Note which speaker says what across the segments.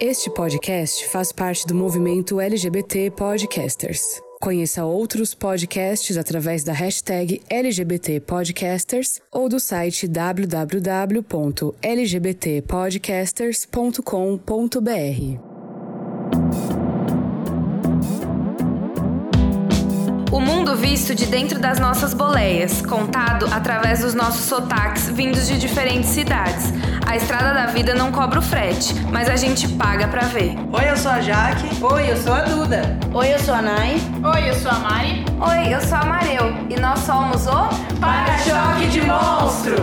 Speaker 1: Este podcast faz parte do movimento LGBT Podcasters. Conheça outros podcasts através da hashtag LGBT Podcasters ou do site www.lgbtpodcasters.com.br.
Speaker 2: O mundo visto de dentro das nossas boleias, contado através dos nossos sotaques vindos de diferentes cidades. A estrada da vida não cobra o frete, mas a gente paga pra ver.
Speaker 3: Oi, eu sou a Jaque.
Speaker 4: Oi, eu sou a Duda.
Speaker 5: Oi, eu sou a Nai.
Speaker 6: Oi, eu sou a Mari.
Speaker 2: Oi, eu sou a Mareu. E nós somos o
Speaker 3: Para-Choque de Monstro!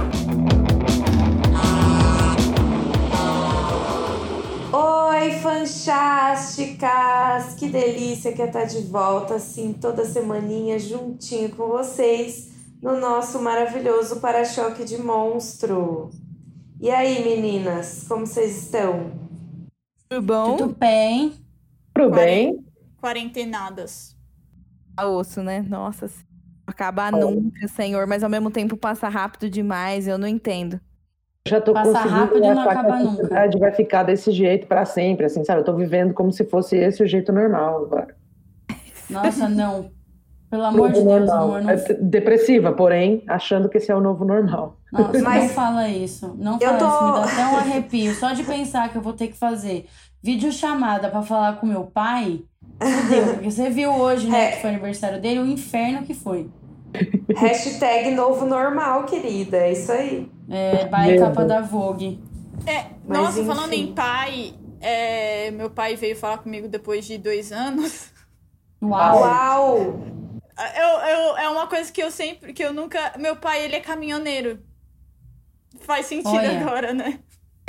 Speaker 7: Oi, fantásticas! Que delícia que é estar de volta, assim, toda semaninha, juntinho com vocês, no nosso maravilhoso Para-Choque de Monstro. E aí, meninas, como vocês estão?
Speaker 5: Tudo bom?
Speaker 4: Tudo bem.
Speaker 8: Tudo bem.
Speaker 6: Quarentenadas.
Speaker 5: A osso, né? Nossa, não acaba nunca, Senhor, mas ao mesmo tempo passa rápido demais, eu não entendo.
Speaker 8: Já tô
Speaker 4: Passa
Speaker 8: conseguindo
Speaker 4: rápido e não
Speaker 8: achar que
Speaker 4: acaba
Speaker 8: a
Speaker 4: nunca.
Speaker 8: sociedade vai ficar desse jeito pra sempre, assim, sabe? Eu tô vivendo como se fosse esse o jeito normal agora.
Speaker 4: Nossa, não. Pelo amor de Deus, amor. Não...
Speaker 8: Depressiva, porém, achando que esse é o novo normal.
Speaker 4: Nossa,
Speaker 7: Mas-
Speaker 4: não fala isso. Não fala isso. Me dá até um arrepio. Só de pensar que eu vou ter que fazer videochamada pra falar com meu pai. Fudeu, porque você viu hoje, né, que foi aniversário dele, o inferno que foi.
Speaker 7: Hashtag novo normal, querida, é isso aí.
Speaker 4: Vai capa da Vogue.
Speaker 7: Mas,
Speaker 6: Nossa,
Speaker 7: enfim.
Speaker 6: falando em pai, meu pai veio falar comigo depois de 2 anos.
Speaker 4: Uau.
Speaker 7: Uau!
Speaker 6: É uma coisa que eu nunca... Meu pai, ele é caminhoneiro. Faz sentido
Speaker 4: Olha.
Speaker 6: agora, né?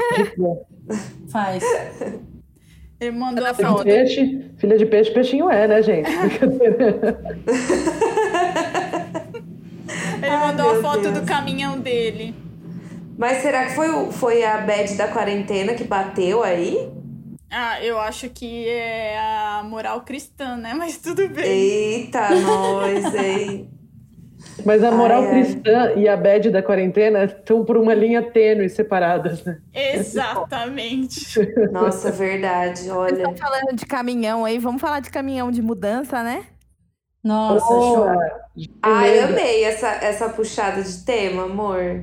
Speaker 4: Faz.
Speaker 6: Ele mandou a
Speaker 8: Filha
Speaker 6: foto.
Speaker 8: de peixe, filha de peixe, peixinho é, né, gente? Brincadeira.
Speaker 6: Ele mandou a
Speaker 7: meu
Speaker 6: foto
Speaker 7: Deus.
Speaker 6: do caminhão dele.
Speaker 7: Mas será que foi a bad da quarentena que bateu aí?
Speaker 6: Ah, eu acho que é a moral cristã, né? Mas tudo bem.
Speaker 7: Eita, nós, hein?
Speaker 8: Mas a moral
Speaker 7: Ai.
Speaker 8: cristã e a bad da quarentena estão por uma linha tênue separadas, né?
Speaker 6: Exatamente.
Speaker 7: Nossa, verdade,
Speaker 5: Vocês
Speaker 7: olha.
Speaker 5: estão falando de caminhão aí, vamos falar de caminhão de mudança, né?
Speaker 4: Nossa, show.
Speaker 7: Ai, amei essa puxada de tema, amor.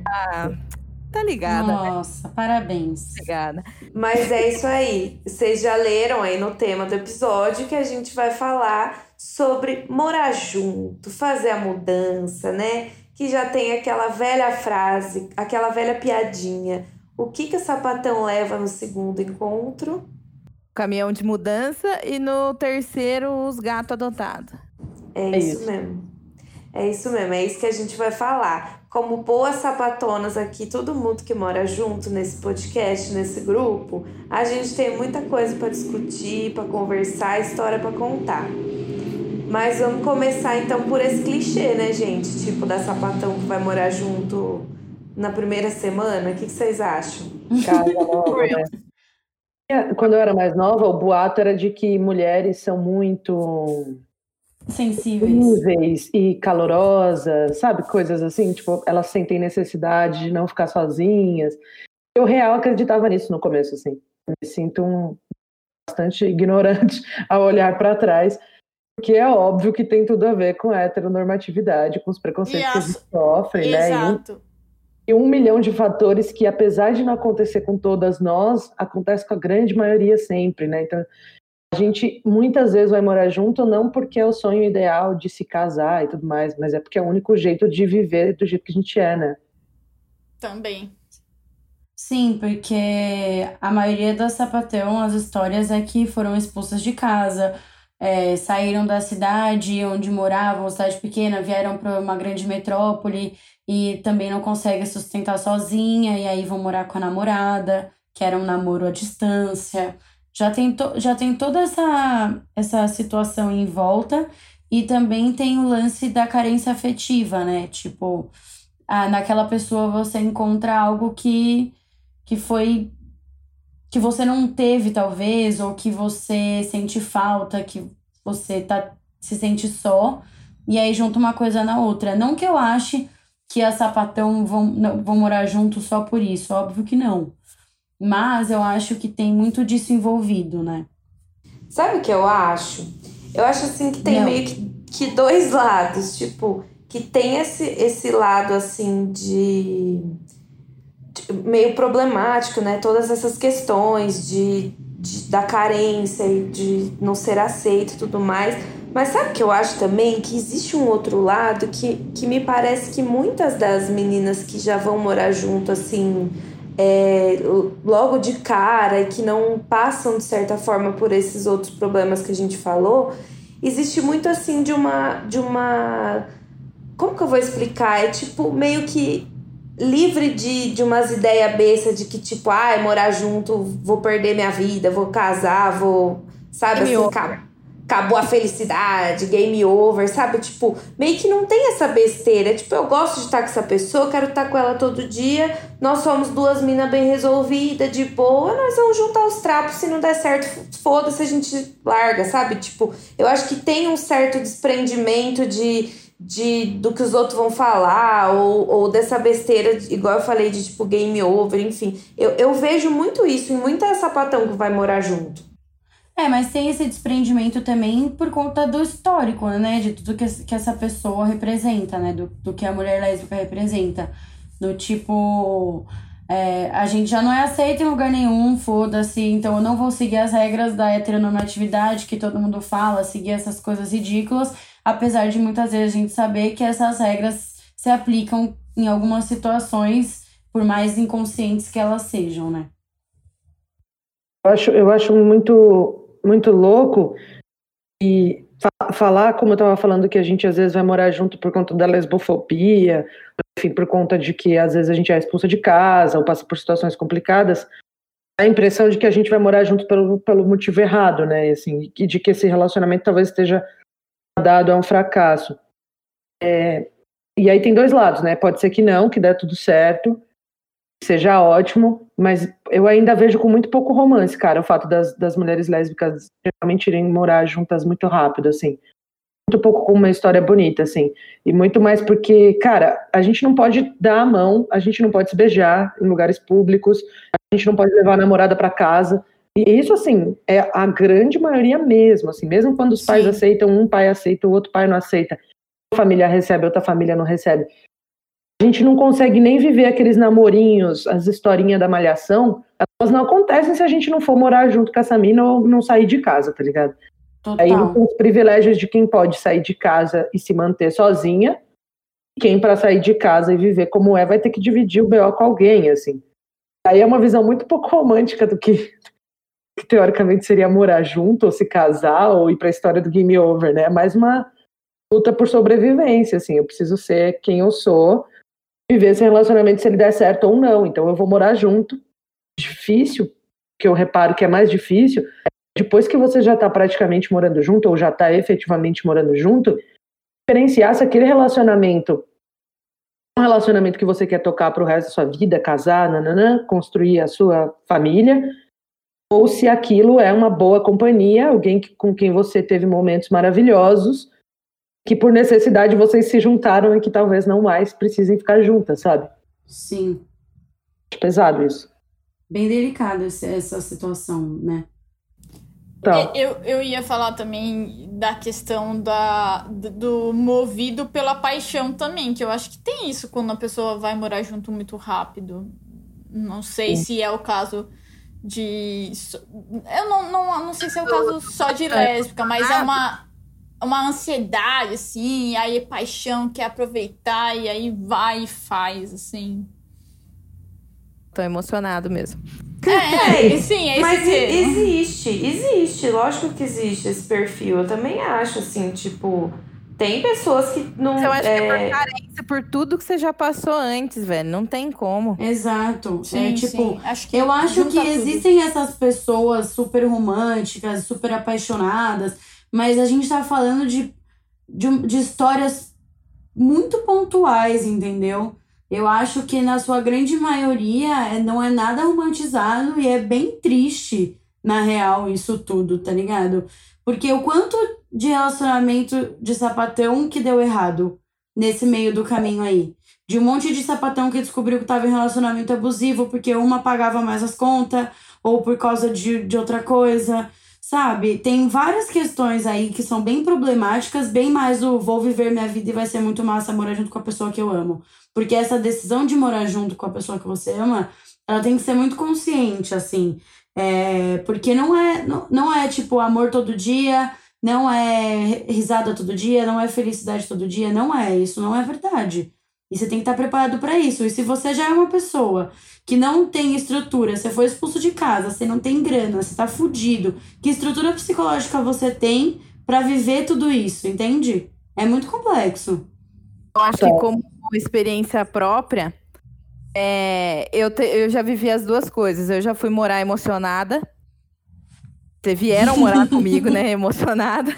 Speaker 5: Tá ligada, né?
Speaker 4: Nossa, parabéns.
Speaker 5: Ligada.
Speaker 7: Mas é isso aí. Vocês já leram aí no tema do episódio que a gente vai falar sobre morar junto, fazer a mudança, né? Que já tem aquela velha frase, aquela velha piadinha. O que o sapatão leva no segundo encontro?
Speaker 5: Caminhão de mudança e no terceiro os gatos adotados.
Speaker 7: É isso mesmo. É isso mesmo, é isso que a gente vai falar. Como boas sapatonas aqui, todo mundo que mora junto nesse podcast, nesse grupo, a gente tem muita coisa para discutir, para conversar, história para contar. Mas vamos começar então por esse clichê, né, gente? Tipo, da sapatão que vai morar junto na primeira semana. O que vocês acham?
Speaker 8: Casa nova, né? Quando eu era mais nova, o boato era de que mulheres são muito
Speaker 4: Sensíveis.
Speaker 8: sensíveis e calorosas, sabe? Coisas assim, tipo, elas sentem necessidade de não ficar sozinhas. Eu real acreditava nisso no começo, assim. Eu me sinto bastante ignorante ao olhar para trás, porque é óbvio que tem tudo a ver com a heteronormatividade, com os preconceitos que a gente sofre, né?
Speaker 6: Exato.
Speaker 8: E 1 milhão de fatores que, apesar de não acontecer com todas nós, acontece com a grande maioria sempre, né? Então, a gente muitas vezes vai morar junto não porque é o sonho ideal de se casar e tudo mais, mas é porque é o único jeito de viver do jeito que a gente é, né?
Speaker 6: Também.
Speaker 4: Sim, porque a maioria das sapatão, as histórias é que foram expulsas de casa, saíram da cidade onde moravam, cidade pequena, vieram para uma grande metrópole e também não conseguem sustentar sozinha, e aí vão morar com a namorada, que era um namoro à distância. Já tem toda essa situação em volta, e também tem o lance da carência afetiva, né? Tipo, naquela pessoa você encontra algo que você não teve, talvez, ou que você sente falta, que você se sente só, e aí junta uma coisa na outra. Não que eu ache que as sapatão vão morar junto só por isso, óbvio que não. Mas eu acho que tem muito disso envolvido, né?
Speaker 7: Sabe o que eu acho? Eu acho assim que tem meio que dois lados, tipo, que tem esse lado assim de meio problemático, né? Todas essas questões da carência e de não ser aceito e tudo mais. Mas sabe o que eu acho também? Que existe um outro lado que me parece que muitas das meninas que já vão morar junto, assim, logo de cara e que não passam, de certa forma, por esses outros problemas que a gente falou, existe muito, assim, de uma... Como que eu vou explicar? É, tipo, meio que livre de umas ideias bestas de que, tipo, morar junto, vou perder minha vida, vou casar, vou... Sabe,
Speaker 5: Game
Speaker 7: assim,
Speaker 5: over.
Speaker 7: Acabou a felicidade, game over, sabe? Tipo, meio que não tem essa besteira. Tipo, eu gosto de estar com essa pessoa, quero estar com ela todo dia. Nós somos duas minas bem resolvidas, de boa. Nós vamos juntar os trapos, se não der certo, foda-se, a gente larga, sabe? Tipo, eu acho que tem um certo desprendimento do que os outros vão falar, ou dessa besteira, igual eu falei, de tipo, game over, enfim. Eu vejo muito isso em muita sapatão que vai morar junto.
Speaker 4: Mas tem esse desprendimento também por conta do histórico, né? De tudo que essa pessoa representa, né? Do que a mulher lésbica representa. Do tipo, a gente já não é aceita em lugar nenhum, foda-se. Então eu não vou seguir as regras da heteronormatividade que todo mundo fala, seguir essas coisas ridículas. Apesar de muitas vezes a gente saber que essas regras se aplicam em algumas situações, por mais inconscientes que elas sejam, né?
Speaker 8: Eu acho muito louco e falar, como eu estava falando, que a gente às vezes vai morar junto por conta da lesbofobia, enfim, por conta de que às vezes a gente é expulsa de casa ou passa por situações complicadas, a impressão de que a gente vai morar junto pelo motivo errado, né? Assim, e de que esse relacionamento talvez esteja dado a um fracasso. E aí tem dois lados, né? Pode ser que não, que dê tudo certo, seja ótimo, mas eu ainda vejo com muito pouco romance, cara, o fato das mulheres lésbicas geralmente irem morar juntas muito rápido, assim. Muito pouco com uma história bonita, assim. E muito mais porque, cara, a gente não pode dar a mão, a gente não pode se beijar em lugares públicos, a gente não pode levar a namorada pra casa. E isso, assim, é a grande maioria mesmo, assim. Mesmo quando os pais aceitam, um pai aceita, o outro pai não aceita. Uma família recebe, outra família não recebe. A gente não consegue nem viver aqueles namorinhos, as historinhas da malhação, elas não acontecem se a gente não for morar junto com essa mina ou não sair de casa, tá ligado?
Speaker 4: Total.
Speaker 8: Aí não tem os privilégios de quem pode sair de casa e se manter sozinha, e quem para sair de casa e viver como vai ter que dividir o BO com alguém, assim. Aí é uma visão muito pouco romântica do que teoricamente seria morar junto, ou se casar, ou ir pra história do game over, né? É mais uma luta por sobrevivência, assim. Eu preciso ser quem eu sou, viver esse relacionamento se ele der certo ou não. Então eu vou morar junto. Difícil, que eu reparo que é mais difícil, depois que você já está praticamente morando junto, ou já está efetivamente morando junto, diferenciar se aquele relacionamento é um relacionamento que você quer tocar para o resto da sua vida, casar, construir a sua família, ou se aquilo é uma boa companhia, alguém com quem você teve momentos maravilhosos, que por necessidade vocês se juntaram e que talvez não mais precisem ficar juntas, sabe?
Speaker 4: Sim.
Speaker 8: Acho pesado isso.
Speaker 4: Bem delicada essa situação, né?
Speaker 8: Então,
Speaker 6: Eu ia falar também da questão do movido pela paixão também, que eu acho que tem isso quando a pessoa vai morar junto muito rápido. Não sei se é o caso de... Eu não sei se é o caso só de lésbica, mas é uma ansiedade, assim, aí é paixão, quer aproveitar, e aí vai e faz, assim.
Speaker 5: Tô emocionado mesmo.
Speaker 6: Sim, é
Speaker 7: mas
Speaker 6: isso.
Speaker 7: existe, lógico que existe esse perfil. Eu também acho, assim, tipo, tem pessoas que não...
Speaker 5: Eu acho que é por carência, por tudo que você já passou antes, velho. Não tem como.
Speaker 4: Exato.
Speaker 6: Sim,
Speaker 4: tipo,
Speaker 6: sim.
Speaker 4: eu acho que
Speaker 6: tudo.
Speaker 4: existem essas pessoas super românticas, super apaixonadas, mas a gente tá falando de histórias muito pontuais, entendeu? Eu acho que na sua grande maioria não é nada romantizado e é bem triste, na real, isso tudo, tá ligado? Porque o quanto de relacionamento de sapatão que deu errado nesse meio do caminho aí. de um monte de sapatão que descobriu que tava em relacionamento abusivo porque uma pagava mais as contas ou por causa de outra coisa, sabe? Tem várias questões aí que são bem problemáticas, bem mais o vou viver minha vida e vai ser muito massa morar junto com a pessoa que eu amo. Porque essa decisão de morar junto com a pessoa que você ama, ela tem que ser muito consciente, assim. Porque não é tipo amor todo dia, não é risada todo dia, não é felicidade todo dia, não é. Isso não é verdade. E você tem que estar preparado para isso. E se você já é uma pessoa que não tem estrutura, você foi expulso de casa, você não tem grana, você tá fudido, que estrutura psicológica você tem para viver tudo isso, entende? É muito complexo.
Speaker 5: Eu acho que como experiência própria, eu já vivi as duas coisas. Eu já fui morar emocionada. Vocês vieram morar comigo, né? Emocionada.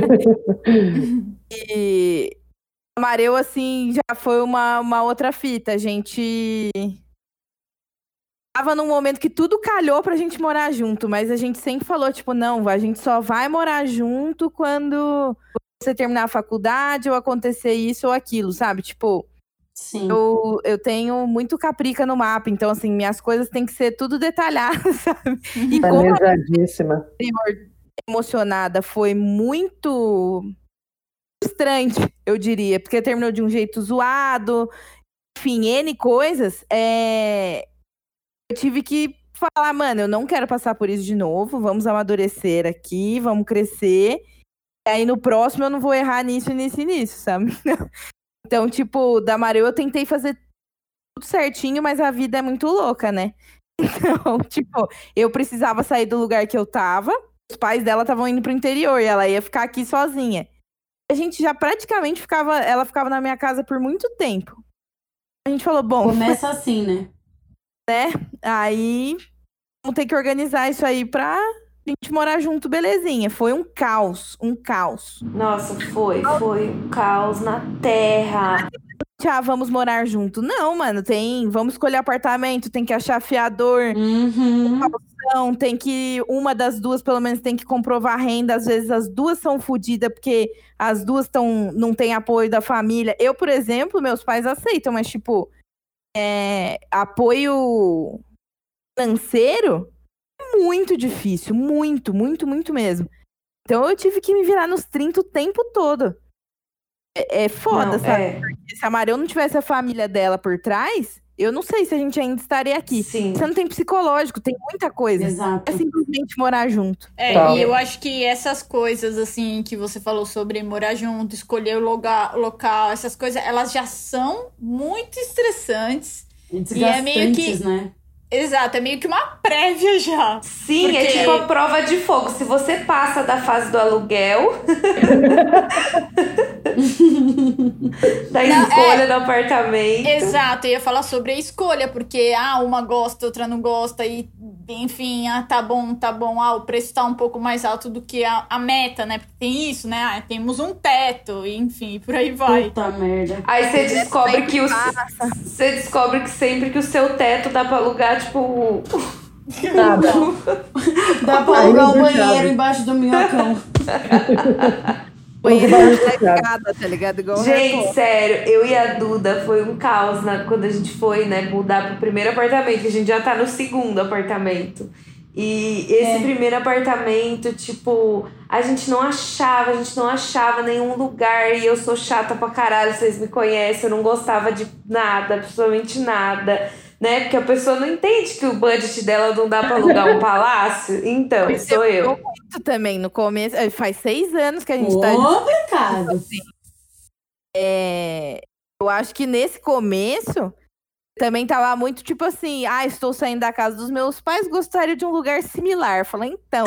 Speaker 5: E a Mareu, assim, já foi uma outra fita. A gente tava num momento que tudo calhou pra gente morar junto, mas a gente sempre falou, tipo, não, a gente só vai morar junto quando você terminar a faculdade ou acontecer isso ou aquilo, sabe? Tipo,
Speaker 4: sim.
Speaker 5: Eu tenho muito caprica no mapa, então, assim, minhas coisas têm que ser tudo detalhado, sabe? E como a emocionada foi muito frustrante, eu diria, porque terminou de um jeito zoado, enfim, N coisas, eu tive que falar, mano, eu não quero passar por isso de novo, vamos amadurecer aqui, vamos crescer, e aí no próximo eu não vou errar nisso, sabe? Então, tipo, da Mareu eu tentei fazer tudo certinho, mas a vida é muito louca, né? Então, tipo, eu precisava sair do lugar que eu tava, os pais dela estavam indo pro interior e ela ia ficar aqui sozinha. A gente já praticamente ela ficava na minha casa por muito tempo. A gente falou, bom...
Speaker 4: Começa assim, né?
Speaker 5: Aí, vamos ter que organizar isso aí pra gente morar junto, belezinha. Foi um caos.
Speaker 7: Nossa, foi um caos na terra.
Speaker 5: Vamos morar junto. Não, mano, vamos escolher apartamento, tem que achar fiador, tem que, uma das duas pelo menos tem que comprovar renda, às vezes as duas são fodidas porque as duas não tem apoio da família. Eu, por exemplo, meus pais aceitam, mas tipo, apoio financeiro é muito difícil, muito mesmo. Então eu tive que me virar nos 30 o tempo todo. É foda, sabe? Porque se a Mareu não tivesse a família dela por trás, eu não sei se a gente ainda estaria aqui.
Speaker 7: Sim.
Speaker 5: Você não tem psicológico, tem muita coisa.
Speaker 4: Exato.
Speaker 5: É simplesmente morar junto.
Speaker 6: E eu acho que essas coisas, assim, que você falou sobre morar junto, escolher o local, essas coisas, elas já são muito estressantes.
Speaker 4: E é meio que... né?
Speaker 6: Exato, é meio que uma prévia já.
Speaker 7: Sim, porque... é tipo a prova de fogo. Se você passa da fase do aluguel, da escolha do apartamento.
Speaker 6: Exato, eu ia falar sobre a escolha, porque uma gosta, outra não gosta, e enfim, tá bom, o preço tá um pouco mais alto do que a meta, né? Porque tem isso, né? Temos um teto, enfim, por aí vai.
Speaker 4: Puta merda.
Speaker 7: Aí você descobre que sempre que o seu teto dá pra alugar, tipo...
Speaker 8: Nada.
Speaker 4: Dá pra alugar o banheiro embaixo do minhocão.
Speaker 5: Banheiro escada, tá ligado? Igual
Speaker 7: gente, sério, eu e a Duda foi um caos quando a gente foi, né, mudar pro primeiro apartamento, que a gente já tá no segundo apartamento. E esse primeiro apartamento, tipo, a gente não achava nenhum lugar. E eu sou chata pra caralho, vocês me conhecem, eu não gostava de nada, absolutamente nada, né? Porque a pessoa não entende que o budget dela não dá pra alugar um palácio. Então, sou eu.
Speaker 5: Muito também no começo, faz 6 anos que a gente tá...
Speaker 4: Complicado.
Speaker 5: Assim, eu acho que nesse começo também tava muito tipo assim, estou saindo da casa dos meus pais, gostaria de um lugar similar. Falei, então,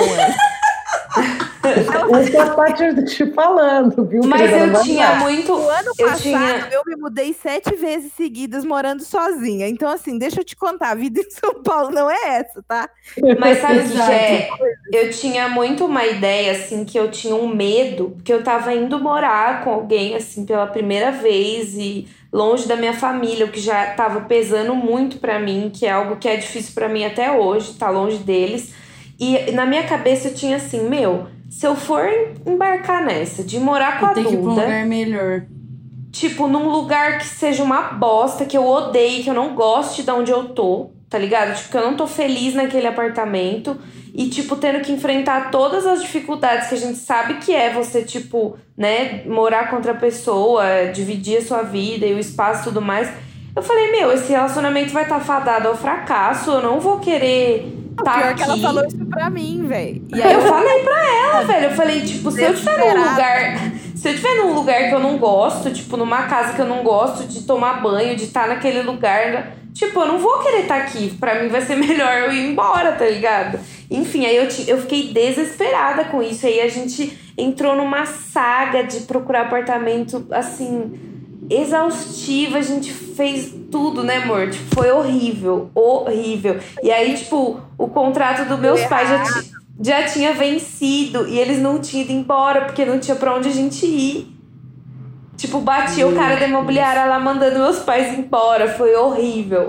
Speaker 8: essa parte eu te falando, viu?
Speaker 7: Mas eu tinha muito...
Speaker 5: O ano passado eu me mudei 7 vezes seguidas morando sozinha. Então, assim, deixa eu te contar, a vida em São Paulo não é essa, tá?
Speaker 7: Mas sabe o que é? Eu tinha muito uma ideia, assim, que eu tinha um medo, porque eu tava indo morar com alguém, assim, pela primeira vez e longe da minha família, o que já tava pesando muito pra mim, que é algo que é difícil pra mim até hoje, tá longe deles. E na minha cabeça eu tinha assim, se eu for embarcar nessa, de morar com a
Speaker 4: Duda... Tem que ir pra um lugar melhor.
Speaker 7: tipo, num lugar que seja uma bosta, que eu odeie, que eu não goste de onde eu tô, tá ligado? Tipo, que eu não tô feliz naquele apartamento. E, tipo, tendo que enfrentar todas as dificuldades que a gente sabe que é você, tipo, né, morar com outra pessoa, dividir a sua vida e o espaço e tudo mais. Eu falei, esse relacionamento vai estar fadado ao fracasso, eu não vou querer tá
Speaker 5: pior
Speaker 7: aqui.
Speaker 5: Que ela falou isso pra mim, velho.
Speaker 7: E aí eu falei pra ela, velho, eu falei, tipo, se eu tiver num lugar que eu não gosto, tipo, numa casa que eu não gosto de tomar banho, de estar naquele lugar, tipo, eu não vou querer estar aqui. Pra mim vai ser melhor eu ir embora, tá ligado? Enfim, aí eu fiquei desesperada com isso. Aí a gente entrou numa saga de procurar apartamento, assim, exaustiva. A gente fez tudo, né, amor? Tipo, foi horrível. E aí, tipo, o contrato dos meus pais já tinha vencido. E eles não tinham ido embora, porque não tinha pra onde a gente ir. Tipo, batia o cara da imobiliária lá mandando meus pais embora. Foi horrível.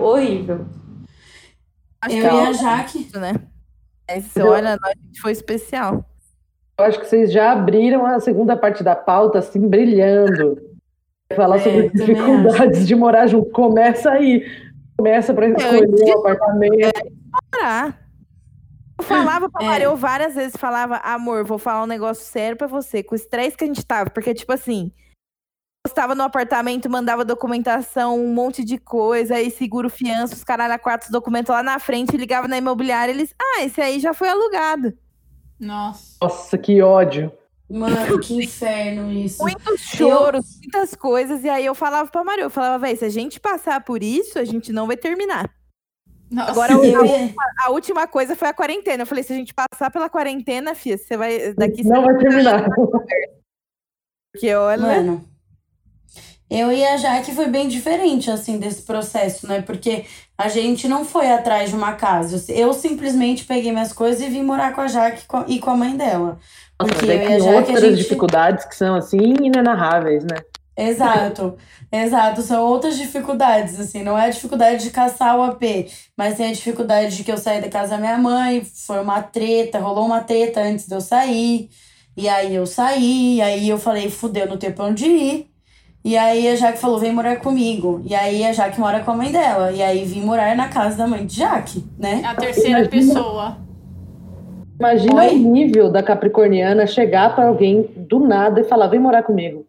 Speaker 4: Eu e a Jaque,
Speaker 5: né? Olha, a gente foi especial.
Speaker 8: Eu acho que vocês já abriram a segunda parte da pauta, assim, brilhando. Falar sobre dificuldades de morar junto. Começa aí. Começa pra escolher o apartamento.
Speaker 5: Eu falava pra Maria, eu várias vezes falava, amor, vou falar um negócio sério pra você, com o estresse que a gente tava. Porque, tipo assim, eu estava no apartamento, mandava documentação, um monte de coisa, aí seguro fiança, os caralho a quatro documentos lá na frente, ligava na imobiliária, eles, esse aí já foi alugado.
Speaker 8: Nossa, que ódio.
Speaker 4: Mano, que inferno isso.
Speaker 5: Muitos choros, muitas coisas, e aí eu falava pra Maria, eu falava, véi, se a gente passar por isso, a gente não vai terminar.
Speaker 6: Nossa.
Speaker 5: Agora, a última coisa foi a quarentena. Eu falei, se a gente passar pela quarentena, filha, você vai...
Speaker 8: Não vai terminar.
Speaker 5: Porque, olha...
Speaker 4: Mano, eu e a Jaque foi bem diferente, assim, desse processo, né? Porque a gente não foi atrás de uma casa. Eu simplesmente peguei minhas coisas e vim morar com a Jaque e com a mãe dela.
Speaker 8: Porque eu e a Jaque, outras dificuldades que são, assim, inenarráveis, né?
Speaker 4: Exato. São outras dificuldades, assim. Não é a dificuldade de caçar o AP, mas tem a dificuldade de que eu saí da casa da minha mãe, foi uma treta, rolou uma treta antes de eu sair. E aí eu saí, e aí eu falei, fudeu, não tenho pra onde ir. E aí a Jaque falou, vem morar comigo. E aí a Jaque mora com a mãe dela. E aí vim morar na casa da mãe de Jaque, né?
Speaker 6: A terceira pessoa.
Speaker 8: Imagina o nível da capricorniana chegar pra alguém do nada e falar, vem morar comigo.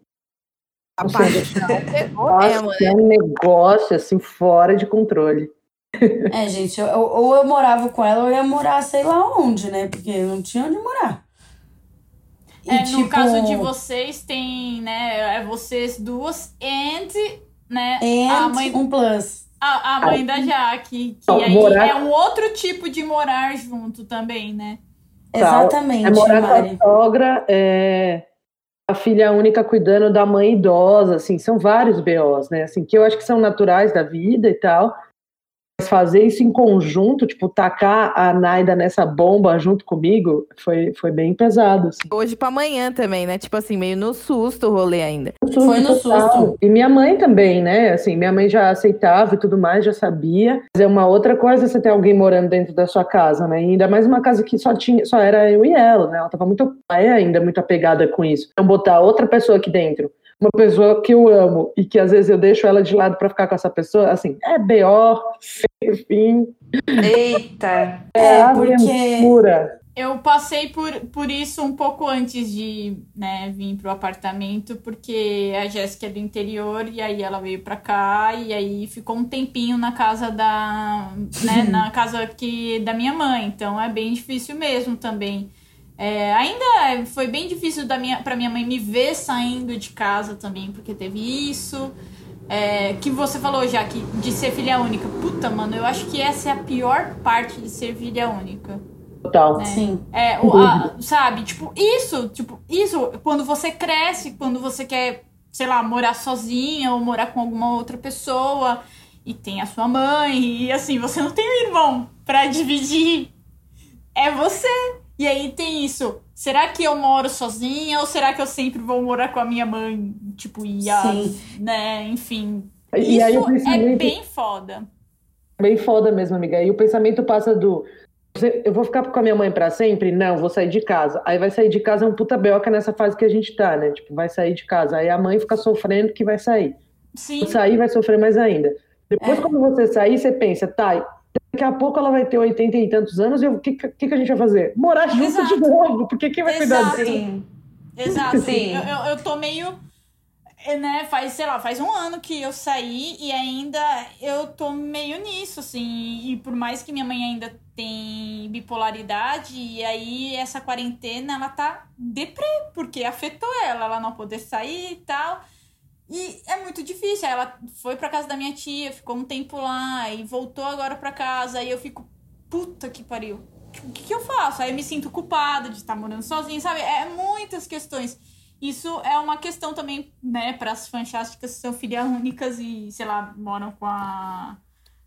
Speaker 8: Nossa, é um negócio assim fora de controle.
Speaker 4: Gente, ou eu morava com ela ou eu ia morar sei lá onde, né? Porque não tinha onde morar.
Speaker 6: No caso de vocês, tem, né? Vocês duas né?
Speaker 4: A mãe, um plus.
Speaker 6: A mãe da Jaque, que aí é um outro tipo de morar junto também, né?
Speaker 4: Exatamente.
Speaker 8: É morar Mari. Com a sogra, a filha única cuidando da mãe idosa, assim, são vários BOs, né? Assim, que eu acho que são naturais da vida e tal. Mas fazer isso em conjunto, tipo, tacar a Naida nessa bomba junto comigo, foi bem pesado, assim.
Speaker 5: Hoje pra amanhã também, né? Tipo assim, meio no susto o rolê ainda.
Speaker 4: Foi no susto.
Speaker 8: E minha mãe também, né? Assim, minha mãe já aceitava e tudo mais, já sabia. Mas é uma outra coisa você ter alguém morando dentro da sua casa, né? E ainda mais uma casa que só era eu e ela, né? Ela tava ainda muito apegada com isso. Então botar outra pessoa aqui dentro, uma pessoa que eu amo e que às vezes eu deixo ela de lado pra ficar com essa pessoa, assim, é BO, enfim.
Speaker 7: Eita!
Speaker 4: Porque...
Speaker 6: Eu passei por isso um pouco antes de, né, vir pro apartamento, porque a Jéssica é do interior e aí ela veio pra cá e aí ficou um tempinho na casa na casa da minha mãe, então é bem difícil mesmo também. Ainda foi bem difícil pra minha mãe me ver saindo de casa também, porque teve isso. Que você falou já, de ser filha única. Puta, mano, eu acho que essa é a pior parte de ser filha única.
Speaker 8: Total.
Speaker 6: Né?
Speaker 4: Sim.
Speaker 6: Sabe, isso, quando você cresce, quando você quer, sei lá, morar sozinha ou morar com alguma outra pessoa e tem a sua mãe e assim, você não tem um irmão pra dividir. É você. E aí tem isso. Será que eu moro sozinha ou será que eu sempre vou morar com a minha mãe? Tipo, né? Enfim. Isso é bem foda.
Speaker 8: Bem foda mesmo, amiga. E o pensamento passa do eu vou ficar com a minha mãe pra sempre? Não, vou sair de casa. Aí vai sair de casa é um puta beoca nessa fase que a gente tá, né? Tipo, vai sair de casa. Aí a mãe fica sofrendo que vai sair.
Speaker 6: Sim.
Speaker 8: Sair vai sofrer mais ainda. Depois, quando você sair, você pensa, tá, daqui a pouco ela vai ter 80 e tantos anos e o que a gente vai fazer? Morar junto de novo, porque quem vai cuidar
Speaker 6: dele? Exato. Sim. Eu tô meio... Né, faz um ano que eu saí e ainda eu tô meio nisso, assim. E por mais que minha mãe ainda tem bipolaridade, e aí essa quarentena, ela tá deprê, porque afetou ela não poder sair e tal. E é muito difícil. Aí ela foi pra casa da minha tia, ficou um tempo lá, e voltou agora pra casa, e eu fico, puta que pariu. O que eu faço? Aí eu me sinto culpada de estar morando sozinha, sabe? Muitas questões. Isso é uma questão também, né, para as fantásticas que são filhas únicas e, sei lá, moram com a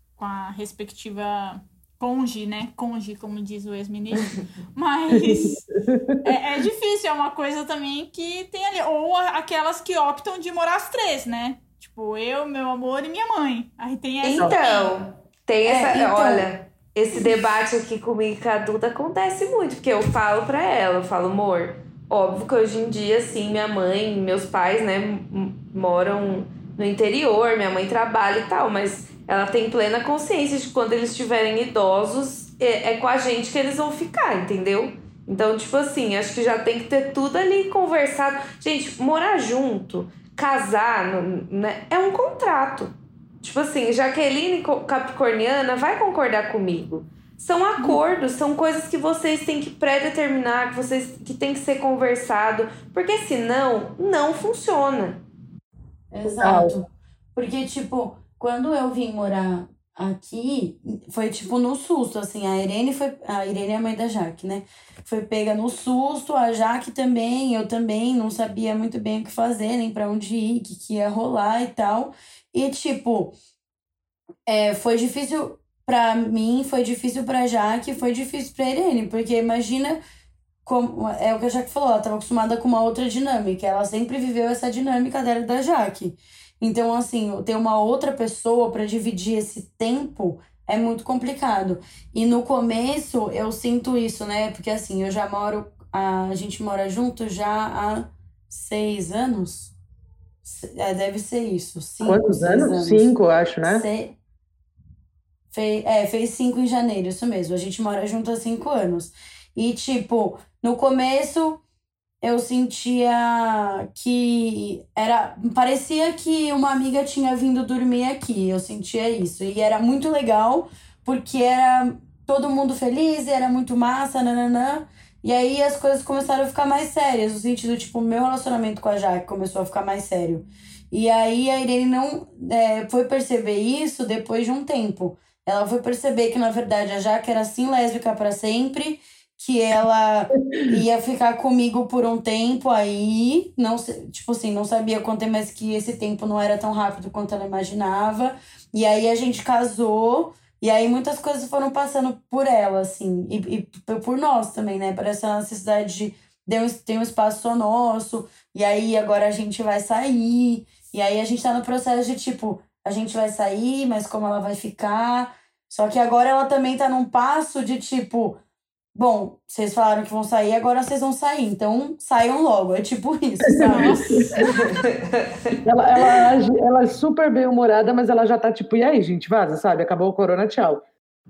Speaker 6: respectiva cônjuge, né? Cônjuge, como diz o ex-ministro. Mas é difícil, é uma coisa também que tem ali. Ou aquelas que optam de morar as três, né? Tipo, eu, meu amor e minha mãe. Aí tem essa.
Speaker 7: Então, tem essa. Olha, esse debate aqui comigo e com a Duda acontece muito, porque eu falo pra ela, eu falo, amor. Óbvio que hoje em dia, assim, minha mãe e meus pais, né, moram no interior, minha mãe trabalha e tal, mas ela tem plena consciência de que quando eles estiverem idosos, é com a gente que eles vão ficar, entendeu? Então, tipo assim, acho que já tem que ter tudo ali conversado. Gente, morar junto, casar, né, é um contrato. Tipo assim, Jaqueline Capricorniana vai concordar comigo. São acordos, são coisas que vocês têm que pré-determinar, que tem que ser conversado, porque senão não funciona.
Speaker 4: Exato. Porque, tipo, quando eu vim morar aqui, foi tipo no susto, assim, a Irene é a mãe da Jaque, né? Foi pega no susto, a Jaque também, eu também, não sabia muito bem o que fazer, nem pra onde ir, o que ia rolar e tal. E, tipo, foi difícil... Pra mim, foi difícil pra Jaque, foi difícil pra Irene, porque imagina, como, é o que a Jaque falou, ela estava acostumada com uma outra dinâmica, ela sempre viveu essa dinâmica dela e da Jaque. Então, assim, ter uma outra pessoa pra dividir esse tempo é muito complicado. E no começo, eu sinto isso, né? Porque, assim, a gente mora junto já há 6 anos. Deve ser isso. 5,
Speaker 8: Quantos anos? 5, acho, né?
Speaker 4: Fez 5 em janeiro, isso mesmo. A gente mora junto há 5 anos. E, tipo, no começo eu sentia que parecia que uma amiga tinha vindo dormir aqui. Eu sentia isso. E era muito legal, porque era todo mundo feliz, e era muito massa, nananã. E aí as coisas começaram a ficar mais sérias, no sentido, tipo, o meu relacionamento com a Jaque começou a ficar mais sério. E aí a Irene não foi perceber isso depois de um tempo. Ela foi perceber que, na verdade, a Jaque era assim lésbica pra sempre, que ela ia ficar comigo por um tempo aí, não, tipo assim, não sabia quanto tempo, mas que esse tempo não era tão rápido quanto ela imaginava. E aí a gente casou, e aí muitas coisas foram passando por ela, assim, e por nós também, né? Parece a necessidade de ter um espaço só nosso, e aí agora a gente vai sair, e aí a gente tá no processo de, tipo, a gente vai sair, mas como ela vai ficar? Só que agora ela também tá num passo de, tipo, bom, vocês falaram que vão sair, agora vocês vão sair, então saiam logo. É tipo isso, sabe?
Speaker 8: ela é super bem-humorada, mas ela já tá tipo, e aí, gente, vaza, sabe? Acabou o corona, tchau.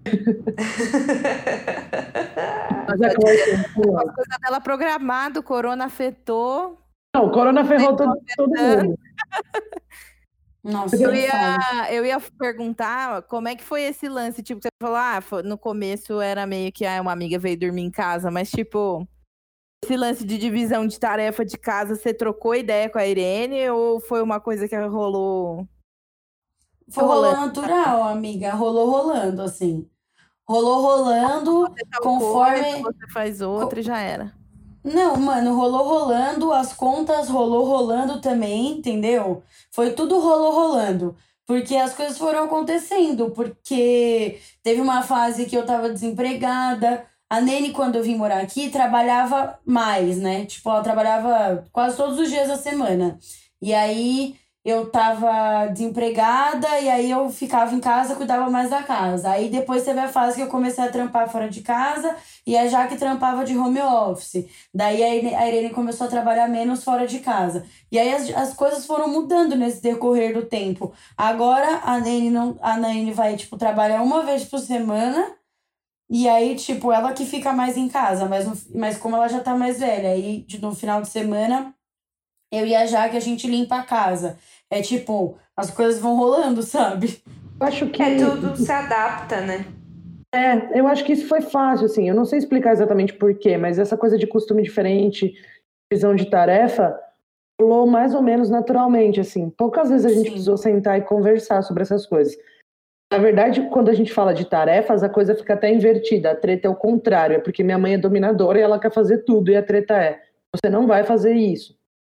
Speaker 5: Mas a coisa dela programada, o corona afetou.
Speaker 8: Não, o corona ferrou todo mundo.
Speaker 4: Nossa,
Speaker 5: eu ia perguntar como é que foi esse lance, tipo, você falou, no começo era meio que uma amiga veio dormir em casa, mas tipo, esse lance de divisão de tarefa de casa, você trocou ideia com a Irene ou foi uma coisa que rolou?
Speaker 4: Rolou natural, amiga, rolando, assim. Rolou rolando, conforme...
Speaker 5: Você faz outra e já era.
Speaker 4: Não, mano, rolou rolando, as contas rolou rolando também, entendeu? Foi tudo rolando, porque as coisas foram acontecendo, porque teve uma fase que eu tava desempregada, a Nene, quando eu vim morar aqui, trabalhava mais, né? Tipo, ela trabalhava quase todos os dias da semana, e aí eu tava desempregada e aí eu ficava em casa, cuidava mais da casa. Aí depois teve a fase que eu comecei a trampar fora de casa e a Jaque trampava de home office. Daí a Irene começou a trabalhar menos fora de casa. E aí as coisas foram mudando nesse decorrer do tempo. Agora a Naine vai, tipo, trabalhar uma vez por semana e aí, tipo, ela que fica mais em casa. Mas como ela já tá mais velha, aí no final de semana eu e a Jaque, a gente limpa a casa. É tipo, as coisas vão rolando, sabe?
Speaker 8: Eu acho que...
Speaker 7: tudo se adapta, né?
Speaker 8: Eu acho que isso foi fácil, assim. Eu não sei explicar exatamente por quê, mas essa coisa de costume diferente, visão de tarefa, rolou mais ou menos naturalmente, assim. Poucas vezes a gente precisou sentar e conversar sobre essas coisas. Na verdade, quando a gente fala de tarefas, a coisa fica até invertida. A treta é o contrário, é porque minha mãe é dominadora e ela quer fazer tudo, e a treta é: você não vai fazer isso.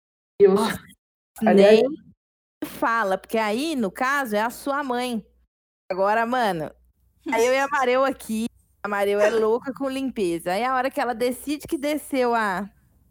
Speaker 5: Nem fala, porque aí, no caso, é a sua mãe. Agora, mano, aí eu e a Mareu aqui, a Mareu é louca com limpeza. Aí a hora que ela decide que desceu a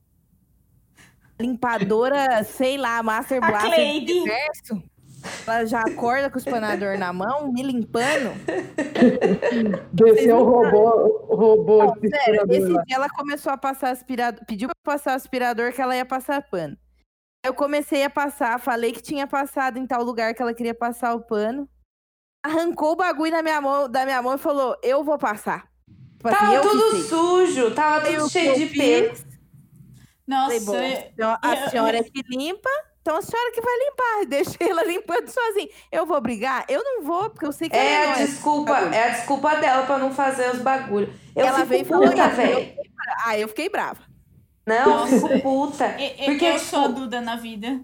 Speaker 5: limpadora, sei lá, Master Blaster do universo, ela já acorda com o espanador na mão, me limpando.
Speaker 8: Desceu o robô.
Speaker 5: Não, sério, esse dia ela começou a passar aspirador, pediu pra passar aspirador que ela ia passar pano. Eu comecei a passar, falei que tinha passado em tal lugar que ela queria passar o pano. Arrancou o bagulho da minha mão e falou: eu vou passar. Tipo
Speaker 7: tava
Speaker 5: assim,
Speaker 7: tudo sujo, tava tudo cheio de pelo.
Speaker 6: Nossa,
Speaker 5: então, a senhora é que limpa, então a senhora que vai limpar. Deixei ela limpando sozinha. Eu vou brigar? Eu não vou, porque eu sei que
Speaker 7: é a desculpa dela pra não fazer os bagulhos.
Speaker 5: Ela veio e falou: velho. Eu fiquei brava.
Speaker 7: Não, eu fico puta.
Speaker 6: Porque eu sou a Duda na vida.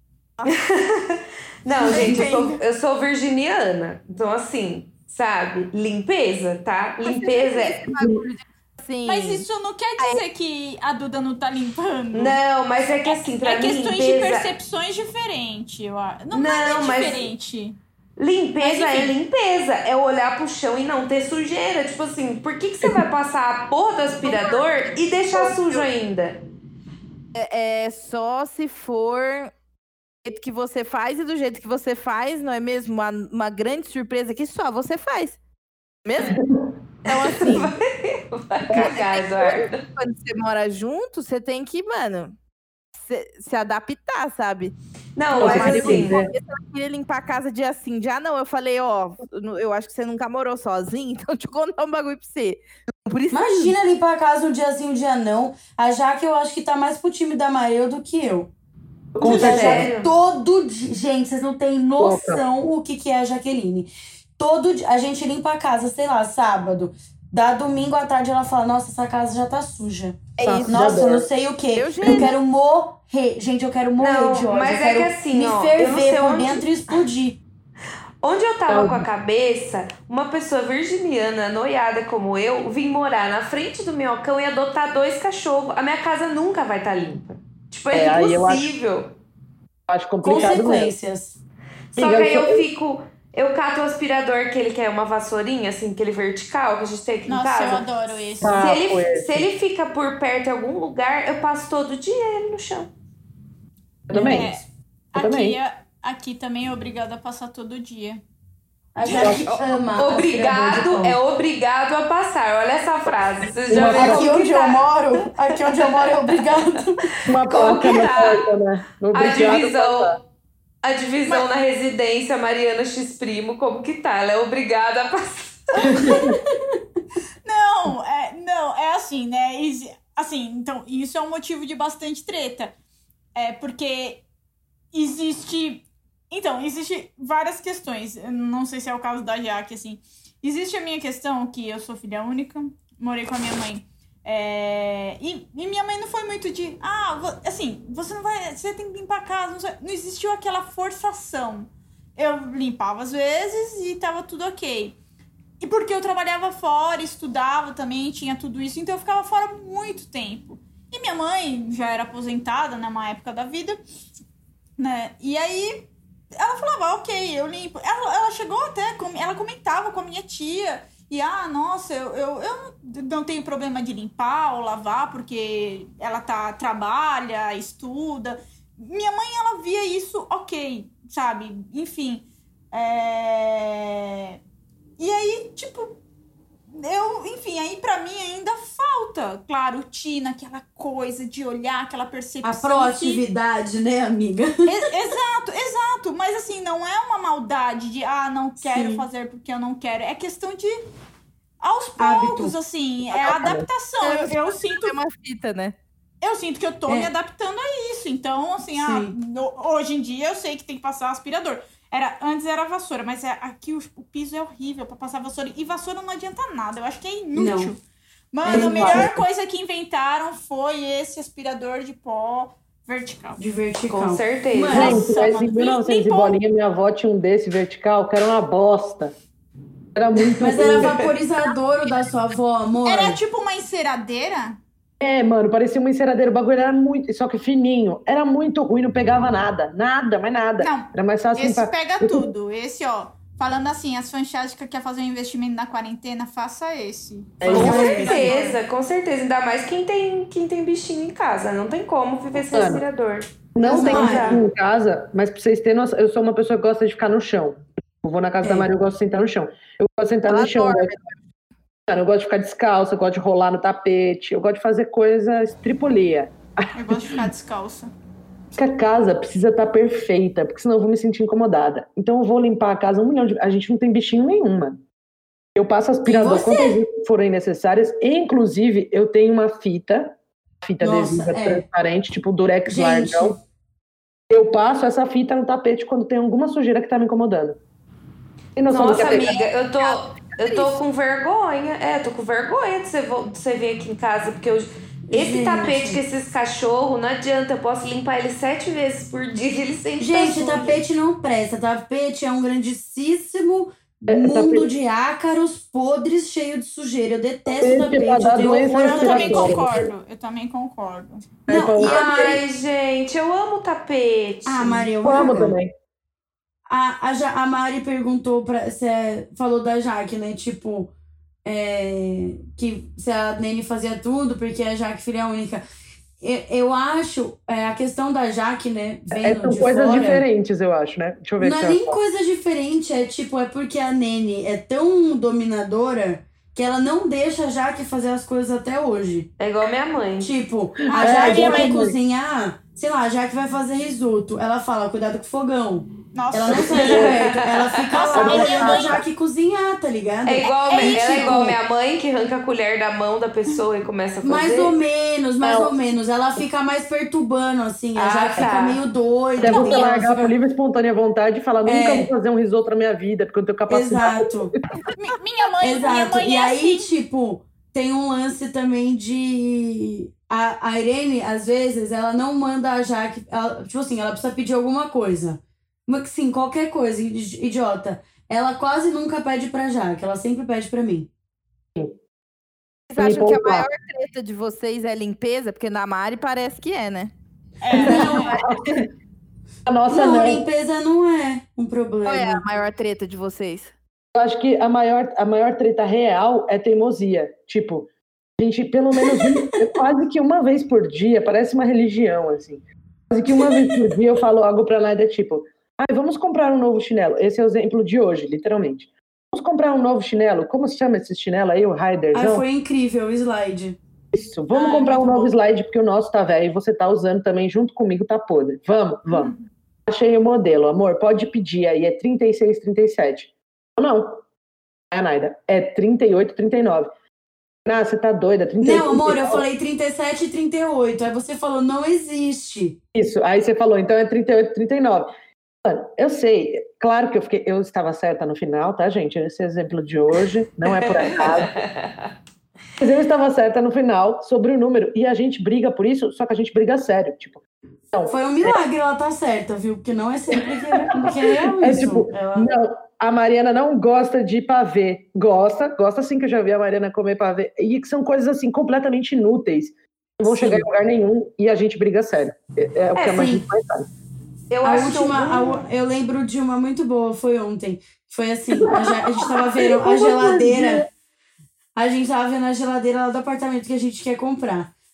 Speaker 7: Não, gente, eu sou virginiana. Então, assim, sabe? Limpeza, tá? Limpeza é...
Speaker 6: Assim, mas isso não quer dizer que a Duda não tá limpando.
Speaker 7: Não, mas é que assim, pra mim,
Speaker 6: questões de percepções diferentes, eu acho. Não é diferente.
Speaker 7: Limpeza é limpeza. É olhar pro chão e não ter sujeira. Tipo assim, por que você vai passar a porra do aspirador e deixar sujo ainda?
Speaker 5: É só se for do jeito que você faz, e do jeito que você faz, não é mesmo? Uma grande surpresa que só você faz. Mesmo? Então, assim...
Speaker 7: Vai cagar, Eduardo.
Speaker 5: Quando você mora junto, você tem que, mano, se adaptar,
Speaker 7: Não,
Speaker 5: sabe?
Speaker 7: mas assim...
Speaker 5: Eu queria limpar a casa dia sim, dia não. Eu falei, eu acho que você nunca morou sozinho, então deixa eu contar um bagulho pra você.
Speaker 4: Imagina limpar a casa um dia sim, um dia não. A Jaque, eu acho que tá mais pro time da Mareu do que eu.
Speaker 8: Com certeza.
Speaker 4: Todo dia... Gente, vocês não têm noção o que é a Jaqueline. Todo dia, a gente limpa a casa, sei lá, sábado. Da domingo à tarde ela fala: nossa, essa casa já tá suja.
Speaker 5: Isso.
Speaker 4: Nossa, eu não sei o quê. Eu quero morrer. Gente, eu quero morrer de ódio.
Speaker 7: Mas é que assim,
Speaker 4: me ferver por dentro e explodir.
Speaker 7: Onde eu tava com a cabeça, uma pessoa virginiana, noiada como eu, vim morar na frente do minhocão e adotar 2 cachorros. A minha casa nunca vai estar limpa. Tipo, é impossível.
Speaker 8: Acho complicado.
Speaker 4: Consequências.
Speaker 7: Só que aí eu cato o aspirador, que ele quer uma vassourinha, assim, aquele vertical que a gente tem aqui em casa.
Speaker 6: Nossa, eu adoro esse.
Speaker 7: Se ele fica por perto em algum lugar, eu passo todo dia ele no chão.
Speaker 8: Eu também.
Speaker 6: Aqui também é obrigado a passar todo dia.
Speaker 4: A gente ama.
Speaker 7: Obrigado a passar. Olha essa frase. Vocês já viram
Speaker 4: aqui onde eu moro é obrigado.
Speaker 8: Uma placa na porta, né?
Speaker 7: A divisão na residência Mariana X Primo, como que tá? Ela é obrigada a passar.
Speaker 6: Não, é assim, né? Assim, então, isso é um motivo de bastante treta. Porque existe várias questões. Eu não sei se é o caso da Jaque, assim. Existe a minha questão, que eu sou filha única, morei com a minha mãe. E minha mãe não foi muito de... assim, você tem que limpar a casa. Não existiu aquela forçação. Eu limpava às vezes e tava tudo ok. E porque eu trabalhava fora, estudava também, tinha tudo isso. Então eu ficava fora muito tempo. E minha mãe já era aposentada numa época da vida, né? E aí ela falava, ok, eu limpo. Ela chegou até... Ela comentava com a minha tia... E, nossa, eu não tenho problema de limpar ou lavar, porque ela trabalha, estuda. minha mãe, ela via isso ok, sabe? Enfim. E aí, tipo, aí pra mim ainda falta, claro, rotina, aquela coisa de olhar, aquela percepção.
Speaker 4: A proatividade, né, amiga?
Speaker 6: Exato. Mas assim, não é uma maldade de, não quero fazer porque eu não quero. É questão de, aos poucos, assim, é adaptação. Eu sinto...
Speaker 5: É uma fita, né?
Speaker 6: Eu sinto que eu tô me adaptando a isso. Então, assim, hoje em dia eu sei que tem que passar aspirador. Antes era vassoura, mas aqui o piso é horrível pra passar vassoura. E vassoura não adianta nada, eu acho que é inútil. Não. Mano, a melhor coisa que inventaram foi esse aspirador de pó vertical.
Speaker 4: De vertical.
Speaker 7: Com certeza.
Speaker 8: Gente, mas em 1900 e bolinha, minha avó tinha um desse vertical, que era uma bosta. Era muito
Speaker 4: Mas ruim. Era vaporizador o da sua avó, amor.
Speaker 6: Era tipo uma enceradeira?
Speaker 8: Mano, parecia uma enceradeira. O bagulho era muito... Só que fininho. Era muito ruim, não pegava nada. Nada, mais nada.
Speaker 6: Não,
Speaker 8: era mais fácil
Speaker 6: esse pega tudo. Esse, ó... Falando assim, as fantásticas que quer fazer um investimento na quarentena, faça esse.
Speaker 7: Com certeza. Ainda mais quem tem bichinho em casa. Não tem como viver sem respirador.
Speaker 8: Não tem bichinho em casa, mas pra vocês terem noção, eu sou uma pessoa que gosta de ficar no chão. Eu vou na casa da Maria, eu gosto de sentar no chão. Eu gosto de sentar no chão. Eu gosto de ficar descalça, eu gosto de rolar no tapete, eu gosto de fazer coisas tripulia.
Speaker 6: Eu gosto de ficar descalça.
Speaker 8: A casa precisa estar perfeita, porque senão eu vou me sentir incomodada. Então eu vou limpar a casa 1 milhão de... A gente não tem bichinho nenhuma. Eu passo aspirador quantas vezes forem necessárias. Inclusive, eu tenho uma fita adesiva transparente, tipo Durex largão. Eu passo essa fita no tapete quando tem alguma sujeira que tá me incomodando.
Speaker 7: Nossa, amiga, eu tô com vergonha. Eu tô com vergonha de você vir aqui em casa, porque esse tapete com esses cachorros, não adianta, eu posso limpar ele 7 vezes por dia, ele sempre
Speaker 4: Gente, tapete não presta. Tapete é um grandíssimo mundo de ácaros podres, cheio de sujeira. Eu detesto tapete.
Speaker 6: Eu também concordo.
Speaker 7: Ai, gente, eu amo tapete.
Speaker 4: Maria,
Speaker 8: eu amo também.
Speaker 4: A Mari perguntou, você falou da Jaque, né? Tipo, que se a Nene fazia tudo, porque a Jaque filha única. Eu acho, a questão da Jaque, né?
Speaker 8: São coisas diferentes, eu acho, né? Deixa eu ver.
Speaker 4: Não é nem coisa diferente, é porque a Nene é tão dominadora que ela não deixa a Jaque fazer as coisas até hoje.
Speaker 7: É igual a minha mãe.
Speaker 4: Tipo, a Jaque vai cozinhar, sei lá, a Jaque vai fazer risoto. Ela fala, cuidado com o fogão.
Speaker 6: Nossa,
Speaker 4: ela não sai de perto, ela fica lá pra Jaque cozinhar, tá ligado?
Speaker 7: É igual minha mãe, que arranca a colher da mão da pessoa e começa a fazer.
Speaker 4: Mais ou menos. Ela fica mais perturbando, assim. A Jaque fica meio doida.
Speaker 8: Deve você largar por livre e espontânea vontade e falar, nunca vou fazer um risoto na minha vida, porque eu não tenho capacidade.
Speaker 4: Exato.
Speaker 6: Minha mãe
Speaker 4: e
Speaker 6: é
Speaker 4: aí,
Speaker 6: assim.
Speaker 4: tipo, tem um lance também de... A Irene, às vezes, ela não manda a Jaque... tipo assim, ela precisa pedir alguma coisa. Mas sim, qualquer coisa, idiota. Ela quase nunca pede pra Jaque, ela sempre pede pra mim.
Speaker 5: Vocês acham que a maior treta de vocês é limpeza? Porque na Mari parece que é, né?
Speaker 4: Não, limpeza não é um problema.
Speaker 5: Qual é a maior treta de vocês?
Speaker 8: Eu acho que a maior treta real é teimosia. Tipo, a gente, pelo menos, quase que uma vez por dia, parece uma religião, assim. Quase que uma vez por dia eu falo algo pra Nádia, tipo... vamos comprar um novo chinelo. Esse é o exemplo de hoje, literalmente. Vamos comprar um novo chinelo. Como se chama esse chinelo aí? O Riderzão?
Speaker 4: Foi incrível, o slide.
Speaker 8: Isso. Vamos comprar um novo slide, porque o nosso tá velho e você tá usando também junto comigo, tá podre. Vamos. Achei o modelo. Amor, pode pedir aí. É 36, 37. Não. Naida. É 38, 39. Você tá doida? 38,
Speaker 4: não, amor, 39. Eu falei 37 e 38. Aí você falou, não existe.
Speaker 8: Isso. Aí você falou, então é 38, 39. Mano, eu sei, claro que eu estava certa no final, tá, gente? Esse exemplo de hoje não é por acaso. Mas eu estava certa no final sobre o número, e a gente briga por isso, só que a gente briga sério, tipo... Não,
Speaker 4: foi um milagre ela tá certa, viu? Porque não é sempre que é isso.
Speaker 8: Tipo, não, a Mariana não gosta de pavê. Gosta sim, que eu já vi a Mariana comer pavê. E que são coisas, assim, completamente inúteis. Não vão chegar em lugar nenhum, e a gente briga sério. É o que a gente mais faz.
Speaker 4: Eu lembro de uma muito boa, foi ontem. Foi assim, a gente tava vendo a geladeira. A gente tava vendo a geladeira lá do apartamento que a gente quer comprar.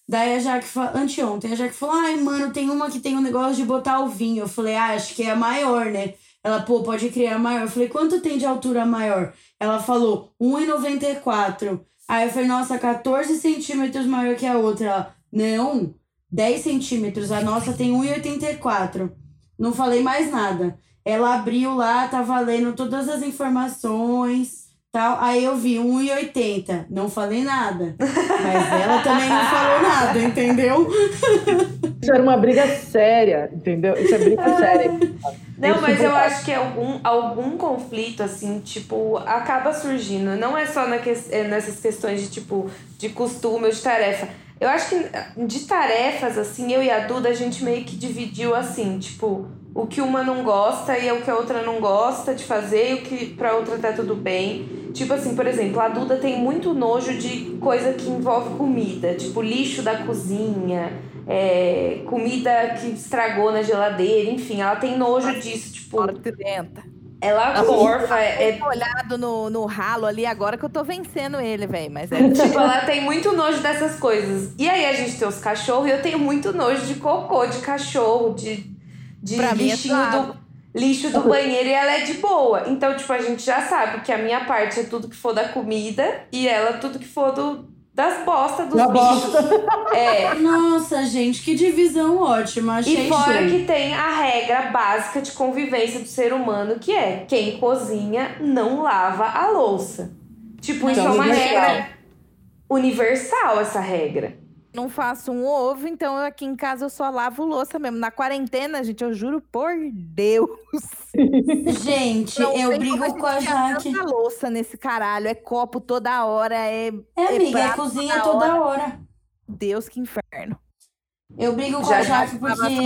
Speaker 4: Daí a Jaque falou, anteontem, a Jaque falou, ai, mano, tem uma que tem um negócio de botar o vinho. Eu falei, acho que é a maior, né? Ela, pô, pode criar a maior. Eu falei, quanto tem de altura maior? Ela falou, 1,94. Aí eu falei, nossa, 14 centímetros maior que a outra. Ela, não, 10 centímetros. A nossa tem 1,84. Não falei mais nada. Ela abriu lá, tava lendo todas as informações, tal. Aí eu vi 1,80. Não falei nada. Mas ela também não falou nada, entendeu?
Speaker 8: Isso era uma briga séria, entendeu? Isso é briga séria.
Speaker 7: Não, mas eu acho que algum conflito, assim, tipo, acaba surgindo. Não é só nessas questões de, tipo, de costume ou de tarefa. Eu acho que de tarefas, assim, eu e a Duda, a gente meio que dividiu, assim, tipo, o que uma não gosta e o que a outra não gosta de fazer e o que pra outra tá tudo bem. Tipo assim, por exemplo, a Duda tem muito nojo de coisa que envolve comida. Tipo, lixo da cozinha, comida que estragou na geladeira, enfim, ela tem nojo disso, tipo... Ela gorfa.
Speaker 5: Olhado no ralo ali agora que eu tô vencendo ele, velho. Mas
Speaker 7: tipo, ela tem muito nojo dessas coisas. E aí a gente tem os cachorros e eu tenho muito nojo de cocô de cachorro, de lixo do banheiro, e ela é de boa. Então, tipo, a gente já sabe que a minha parte é tudo que for da comida e ela tudo que for das bostas dos bichos.
Speaker 4: Nossa, gente, que divisão ótima. Achei
Speaker 7: e fora que tem a regra básica de convivência do ser humano, que é quem cozinha não lava a louça. Tipo, isso é uma regra universal, essa regra.
Speaker 5: Não faço um ovo, então aqui em casa eu só lavo louça mesmo. Na quarentena, gente, eu juro por Deus.
Speaker 4: Gente, eu brigo com a Jaque.
Speaker 5: Não louça nesse caralho, é copo toda hora,
Speaker 4: amiga, é cozinha toda hora.
Speaker 5: Deus, que inferno.
Speaker 4: Eu brigo com a Jaque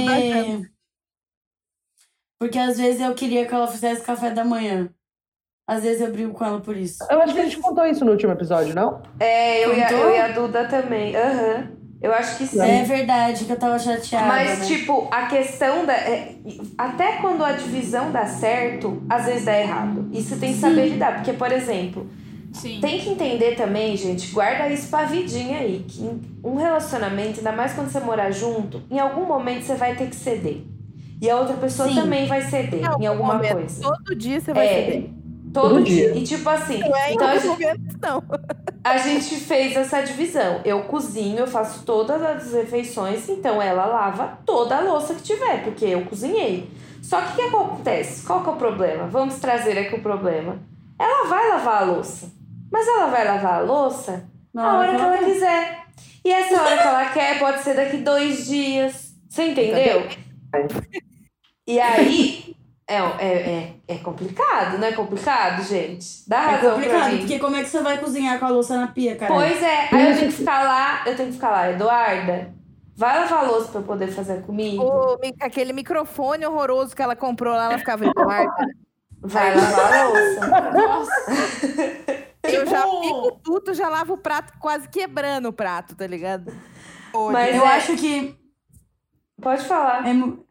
Speaker 4: porque às vezes eu queria que ela fizesse café da manhã. Às vezes eu brigo com ela por isso.
Speaker 8: Eu acho que a gente contou isso no último episódio, não?
Speaker 7: Eu e a Duda também. Eu acho que sim.
Speaker 4: É verdade, que eu tava chateada.
Speaker 7: Mas,
Speaker 4: né?
Speaker 7: tipo, a questão até quando a divisão dá certo, às vezes dá errado. E você tem que saber lidar. Porque, por exemplo, tem que entender também, gente, guarda isso pra vidinha aí. Que um relacionamento, ainda mais quando você morar junto, em algum momento você vai ter que ceder. E a outra pessoa também vai ceder em alguma coisa.
Speaker 5: Todo dia você vai ceder.
Speaker 7: Todo dia. E tipo assim, então
Speaker 5: não.
Speaker 7: A gente fez essa divisão. Eu cozinho, eu faço todas as refeições, então ela lava toda a louça que tiver, porque eu cozinhei. Só que o que acontece? Qual que é o problema? Vamos trazer aqui o problema. Ela vai lavar a louça, mas ela vai lavar a louça na hora que ela quiser. E essa hora que ela quer pode ser daqui 2 dias. Você entendeu? E aí... É complicado, não é complicado, gente? Dá razão pra mim.
Speaker 4: Porque como é que você vai cozinhar com a louça na pia, cara?
Speaker 7: Pois é, aí eu tenho que ficar lá, Eduarda, vai lavar a louça pra eu poder fazer comigo?
Speaker 5: Aquele microfone horroroso que ela comprou lá, ela ficava, Eduarda,
Speaker 7: vai lavar a louça.
Speaker 5: Nossa. Eu já fico puto, já lavo o prato quase quebrando o prato, tá ligado?
Speaker 4: Mas eu acho que...
Speaker 7: Pode falar.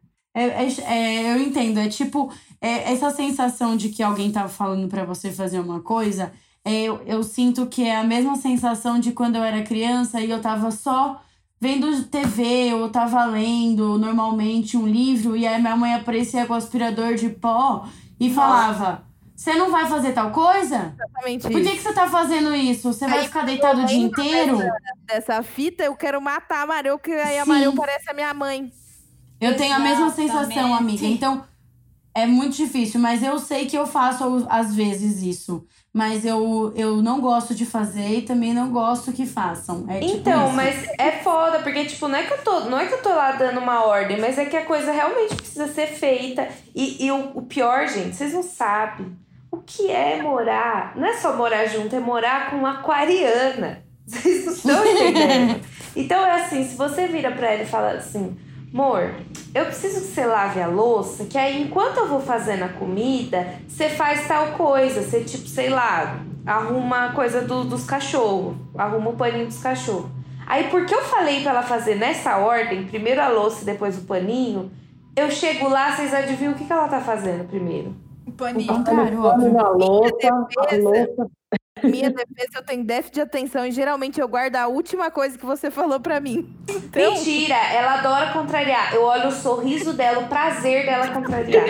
Speaker 4: Eu entendo, é tipo, essa sensação de que alguém tá falando pra você fazer uma coisa, eu sinto que é a mesma sensação de quando eu era criança e eu tava só vendo TV, ou tava lendo normalmente um livro, e aí minha mãe aparecia com o aspirador de pó e falava, você não vai fazer tal coisa?
Speaker 5: Exatamente.
Speaker 4: Por que você tá fazendo isso? Você vai ficar deitado o dia inteiro?
Speaker 5: Dessa fita, eu quero matar a Mareu, que aí a Mareu parece a minha mãe.
Speaker 4: Eu tenho a mesma sensação, amiga. Então, é muito difícil. Mas eu sei que eu faço, às vezes, isso. Mas eu não gosto de fazer e também não gosto que façam.
Speaker 7: Então, mas é foda. Porque, tipo, não é que eu tô lá dando uma ordem. Mas é que a coisa realmente precisa ser feita. E o pior, gente, vocês não sabem. O que é morar? Não é só morar junto, é morar com uma aquariana. Vocês não estão entendendo. Então, é assim, se você vira pra ela e fala assim... Amor, eu preciso que você lave a louça, que aí enquanto eu vou fazendo a comida, você faz tal coisa. Você, tipo, sei lá, arruma a coisa dos cachorros, arruma o paninho dos cachorros. Aí, porque eu falei pra ela fazer nessa ordem, primeiro a louça e depois o paninho, eu chego lá, vocês adivinham o que ela tá fazendo primeiro?
Speaker 6: O paninho.
Speaker 8: A louça.
Speaker 5: Minha defesa, eu tenho déficit de atenção e geralmente eu guardo a última coisa que você falou pra mim.
Speaker 7: Então... Mentira, ela adora contrariar. Eu olho o sorriso dela, o prazer dela contrariar.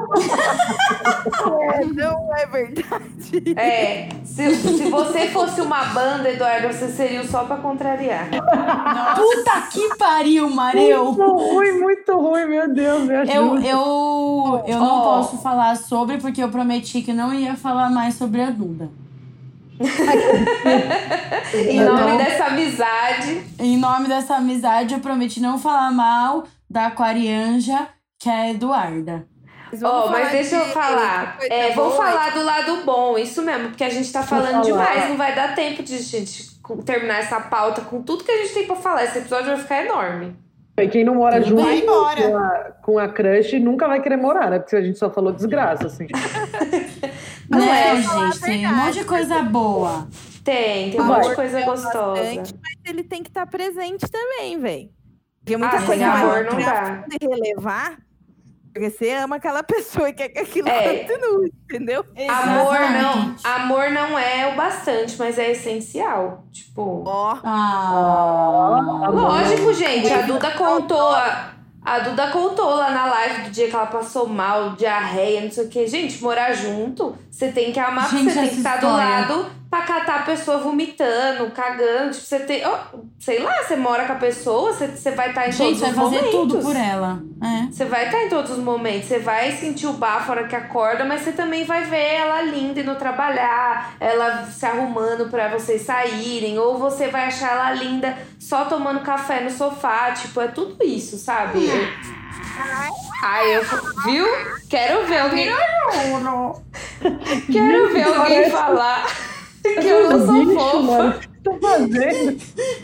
Speaker 5: Não é verdade.
Speaker 7: Se você fosse uma banda, Eduardo, você seria só pra contrariar.
Speaker 4: Nossa. Puta que pariu, Mareu!
Speaker 8: Muito ruim, meu Deus, me ajuda.
Speaker 4: Eu não posso falar sobre, porque eu prometi que não ia falar mais sobre a Duda.
Speaker 7: Em nome dessa amizade,
Speaker 4: eu prometi não falar mal da aquarianja, que é a Eduarda.
Speaker 7: Mas deixa eu falar. Vamos falar do lado bom, isso mesmo, porque a gente tá falando demais, não vai dar tempo de gente terminar essa pauta com tudo que a gente tem pra falar. Esse episódio vai ficar enorme.
Speaker 8: E quem não mora junto com a crush nunca vai querer morar, né? Porque a gente só falou desgraça, assim.
Speaker 4: Não, gente, tem um monte de coisa boa.
Speaker 7: Tem um monte de coisa gostosa.
Speaker 5: Mas ele tem que estar presente também, velho. Porque muita
Speaker 7: sem
Speaker 5: coisa
Speaker 7: amor não dá.
Speaker 5: Relevar, porque você ama aquela pessoa e quer que aquilo continue, entendeu?
Speaker 7: Amor não é o bastante, mas é essencial. Tipo. Lógico, gente. A Duda contou lá na live do dia que ela passou mal, diarreia, não sei o que. Gente, morar junto, você tem que amar, porque você tem que estar do lado pra catar a pessoa vomitando, cagando. Tipo, você tem. Sei lá, você mora com a pessoa, você vai estar em todos os momentos.
Speaker 4: Gente, vai fazer tudo por ela.
Speaker 7: Você vai estar em todos os momentos. Você vai sentir o bafo na hora que acorda, mas você também vai ver ela linda indo trabalhar, ela se arrumando pra vocês saírem, ou você vai achar ela linda só tomando café no sofá. Tipo, é tudo isso, sabe? Viu? Quero ver alguém. Quero ver alguém falar que eu não sou fofa.
Speaker 8: O que tá fazendo?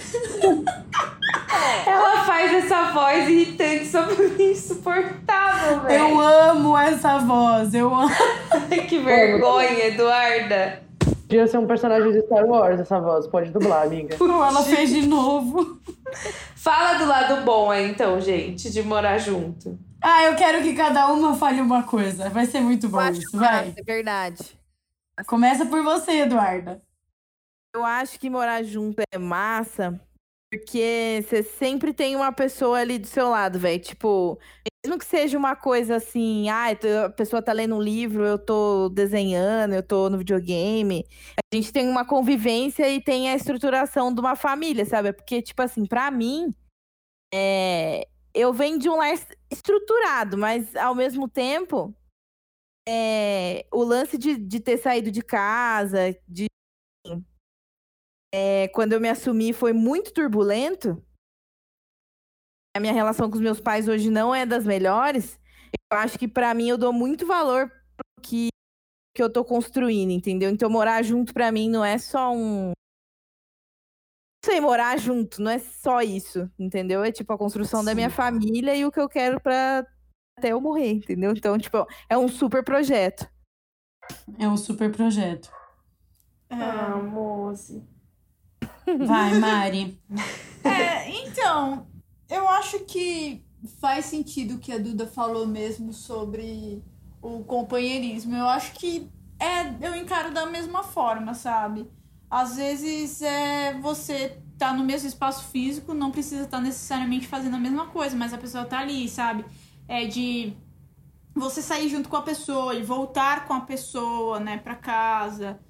Speaker 7: Ela faz essa voz irritante, insuportável, velho.
Speaker 4: Eu amo essa voz, eu amo.
Speaker 7: Que vergonha, Eduarda.
Speaker 8: Podia ser um personagem de Star Wars essa voz, pode dublar, amiga.
Speaker 4: Ela fez de novo.
Speaker 7: Fala do lado bom aí, então, gente, de morar junto.
Speaker 4: Eu quero que cada uma fale uma coisa. Vai ser muito bom isso, vai.
Speaker 5: É verdade.
Speaker 4: Começa por você, Eduarda.
Speaker 5: Eu acho que morar junto é massa, porque você sempre tem uma pessoa ali do seu lado, velho. Tipo, mesmo que seja uma coisa assim, a pessoa tá lendo um livro, eu tô desenhando, eu tô no videogame. A gente tem uma convivência e tem a estruturação de uma família, sabe? Porque, tipo assim, pra mim, eu venho de um lar estruturado, mas ao mesmo tempo, o lance de ter saído de casa, quando eu me assumi, foi muito turbulento. A minha relação com os meus pais hoje não é das melhores. Eu acho que pra mim eu dou muito valor pro que eu tô construindo, entendeu? Então morar junto pra mim não é só não sei, morar junto não é só isso, entendeu? É tipo a construção da minha família e o que eu quero pra até eu morrer, entendeu? Então, tipo, é um super projeto.
Speaker 4: É um super projeto.
Speaker 7: Moça.
Speaker 4: Vai, Mari.
Speaker 6: Então, eu acho que faz sentido o que a Duda falou mesmo sobre o companheirismo. Eu acho que eu encaro da mesma forma, sabe? Às vezes você tá no mesmo espaço físico, não precisa estar necessariamente fazendo a mesma coisa, mas a pessoa tá ali, sabe? De você sair junto com a pessoa e voltar com a pessoa, né, pra casa.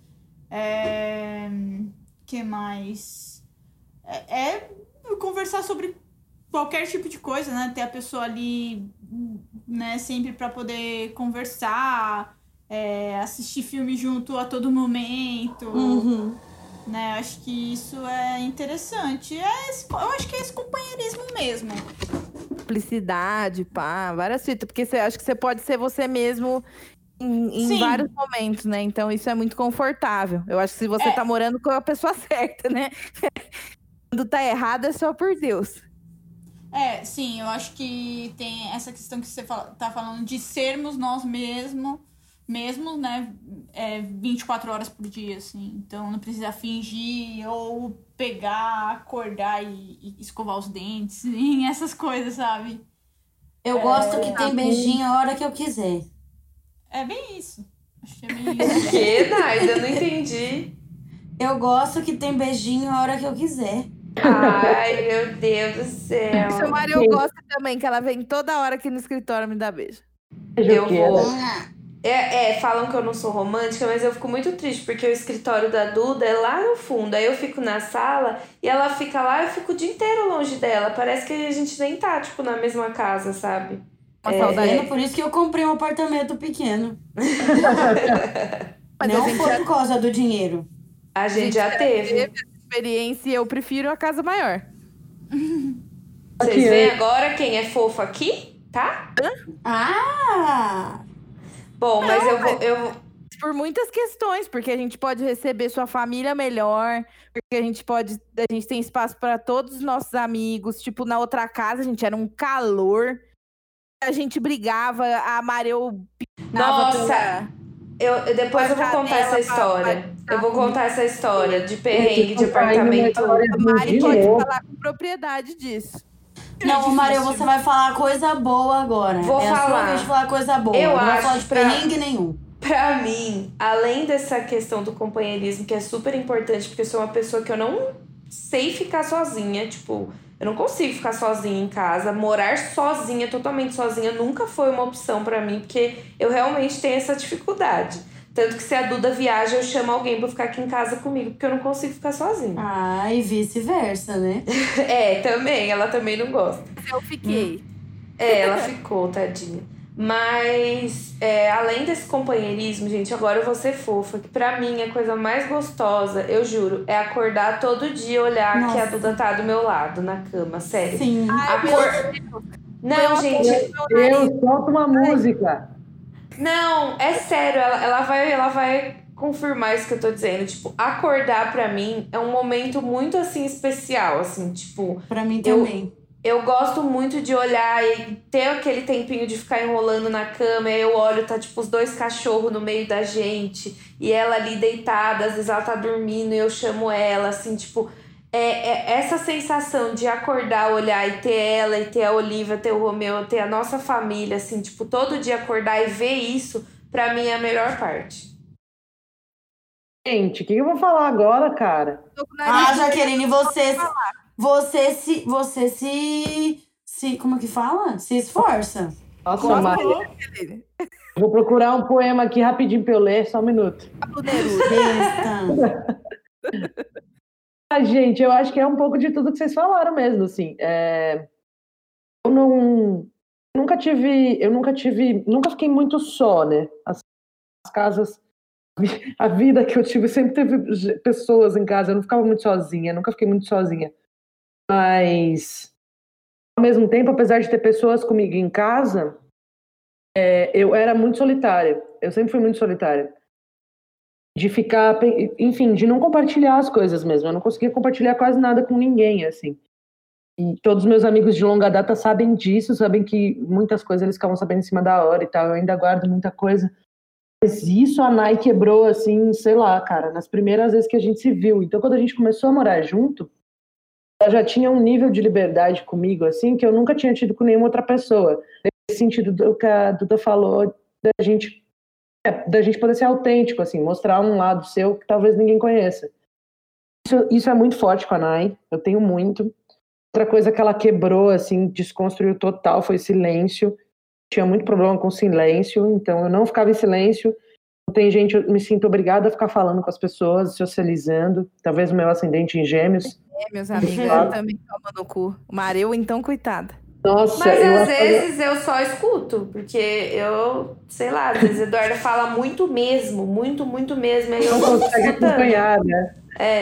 Speaker 6: Que mais? Conversar sobre qualquer tipo de coisa, né? Ter a pessoa ali, né, sempre pra poder conversar, assistir filme junto a todo momento.
Speaker 4: Uhum.
Speaker 6: Né? Acho que isso é interessante. Eu acho que é esse companheirismo mesmo.
Speaker 5: Cumplicidade, várias fitas. Porque acho que você pode ser você mesmo em vários momentos, né? Então isso é muito confortável. Eu acho que se você tá morando com a pessoa certa, né? Quando tá errado é só por Deus.
Speaker 6: Sim, eu acho que tem essa questão que você tá falando de sermos nós mesmos, né? 24 horas por dia, assim. Então não precisa fingir ou pegar, acordar e escovar os dentes, e essas coisas, sabe?
Speaker 4: Eu gosto que tem beijinho a hora que eu quiser.
Speaker 6: É bem isso. Acho que é bem isso.
Speaker 7: O quê, Naida? Eu não entendi.
Speaker 4: Eu gosto que tem beijinho a hora que eu quiser.
Speaker 7: Ai, meu Deus do céu.
Speaker 5: Seu Mário gosta também, que ela vem toda hora aqui no escritório me dar beijo.
Speaker 7: Eu vou... falam que eu não sou romântica, mas eu fico muito triste, porque o escritório da Duda é lá no fundo. Aí eu fico na sala e ela fica lá, eu fico o dia inteiro longe dela. Parece que a gente nem tá, tipo, na mesma casa, sabe?
Speaker 4: Uma saudade. Por isso que eu comprei um apartamento pequeno. Mas não foi por causa do dinheiro.
Speaker 7: A gente já teve
Speaker 5: experiência, eu prefiro a casa maior.
Speaker 7: Vocês veem agora quem é fofo aqui, tá? Bom, mas eu
Speaker 5: por muitas questões, porque a gente pode receber sua família melhor, porque a gente tem espaço para todos os nossos amigos. Tipo, na outra casa, a gente era um calor. A gente brigava, a Mareu...
Speaker 7: Nossa! Depois eu vou contar essa história. Eu vou contar essa história de perrengue de apartamento.
Speaker 5: A Mari pode falar com propriedade disso.
Speaker 4: Não, Maria, você vai falar coisa boa agora.
Speaker 7: Vou falar.
Speaker 4: A sua vez de falar coisa boa.
Speaker 7: Eu
Speaker 4: não
Speaker 7: acho
Speaker 4: vai falar de perrengue nenhum.
Speaker 7: Pra mim, além dessa questão do companheirismo, que é super importante, porque eu sou uma pessoa que eu não sei ficar sozinha. Tipo, eu não consigo ficar sozinha em casa. Morar sozinha, totalmente sozinha, nunca foi uma opção pra mim, porque eu realmente tenho essa dificuldade. Tanto que se a Duda viaja, eu chamo alguém pra ficar aqui em casa comigo, porque eu não consigo ficar sozinha.
Speaker 4: E vice-versa, né?
Speaker 7: Também. Ela também não gosta.
Speaker 5: Eu fiquei.
Speaker 7: Ela ficou, tadinha. Mas, além desse companheirismo, gente, agora eu vou ser fofa. Que pra mim, a coisa mais gostosa, eu juro, é acordar todo dia e olhar que a Duda tá do meu lado, na cama, sério.
Speaker 4: Sim.
Speaker 7: Não, gente...
Speaker 8: Eu solto uma música.
Speaker 7: Não, é sério, ela vai confirmar isso que eu tô dizendo. Tipo, acordar pra mim é um momento muito, assim, especial, assim, tipo...
Speaker 4: Pra mim também.
Speaker 7: Eu gosto muito de olhar e ter aquele tempinho de ficar enrolando na cama. E aí eu olho, tá, tipo, os 2 cachorros no meio da gente. E ela ali deitada, às vezes ela tá dormindo e eu chamo ela, assim, tipo... essa sensação de acordar, olhar e ter ela, e ter a Olivia, ter o Romeu, ter a nossa família, assim, tipo, todo dia acordar e ver isso, pra mim é a melhor parte.
Speaker 8: Gente, o que eu vou falar agora, cara?
Speaker 4: Jaqueline, você se como que fala? Se esforça.
Speaker 8: Nossa, Maria. Vou procurar um poema aqui rapidinho pra eu ler, só um minuto. Gente, eu acho que é um pouco de tudo que vocês falaram mesmo, assim. Eu nunca fiquei muito só, né? As casas, a vida que eu tive, sempre teve pessoas em casa, eu não ficava muito sozinha, nunca fiquei muito sozinha. Mas, ao mesmo tempo, apesar de ter pessoas comigo em casa, eu era muito solitária. Eu sempre fui muito solitária. De ficar, enfim, de não compartilhar as coisas mesmo. Eu não conseguia compartilhar quase nada com ninguém, assim. E todos os meus amigos de longa data sabem disso, sabem que muitas coisas eles ficavam sabendo em cima da hora e tal. Eu ainda guardo muita coisa. Mas isso a Nai quebrou, assim, sei lá, cara, nas primeiras vezes que a gente se viu. Então, quando a gente começou a morar junto, ela já tinha um nível de liberdade comigo, assim, que eu nunca tinha tido com nenhuma outra pessoa. Nesse sentido do que a Duda falou, da gente poder ser autêntico, assim, mostrar um lado seu que talvez ninguém conheça. Isso é muito forte com a Nai, eu tenho muito. Outra coisa que ela quebrou, assim, desconstruiu total, foi silêncio. Tinha muito problema com silêncio, então eu não ficava em silêncio. Tem gente, eu me sinto obrigada a ficar falando com as pessoas, socializando. Talvez o meu ascendente em Gêmeos.
Speaker 5: Meus amigos, eu também toma no cu. Mareu, então, coitada.
Speaker 7: Nossa, mas às vezes eu só escuto, porque eu, sei lá, às vezes a Eduarda fala muito mesmo, muito mesmo, aí eu
Speaker 8: não consegue acompanhar, né?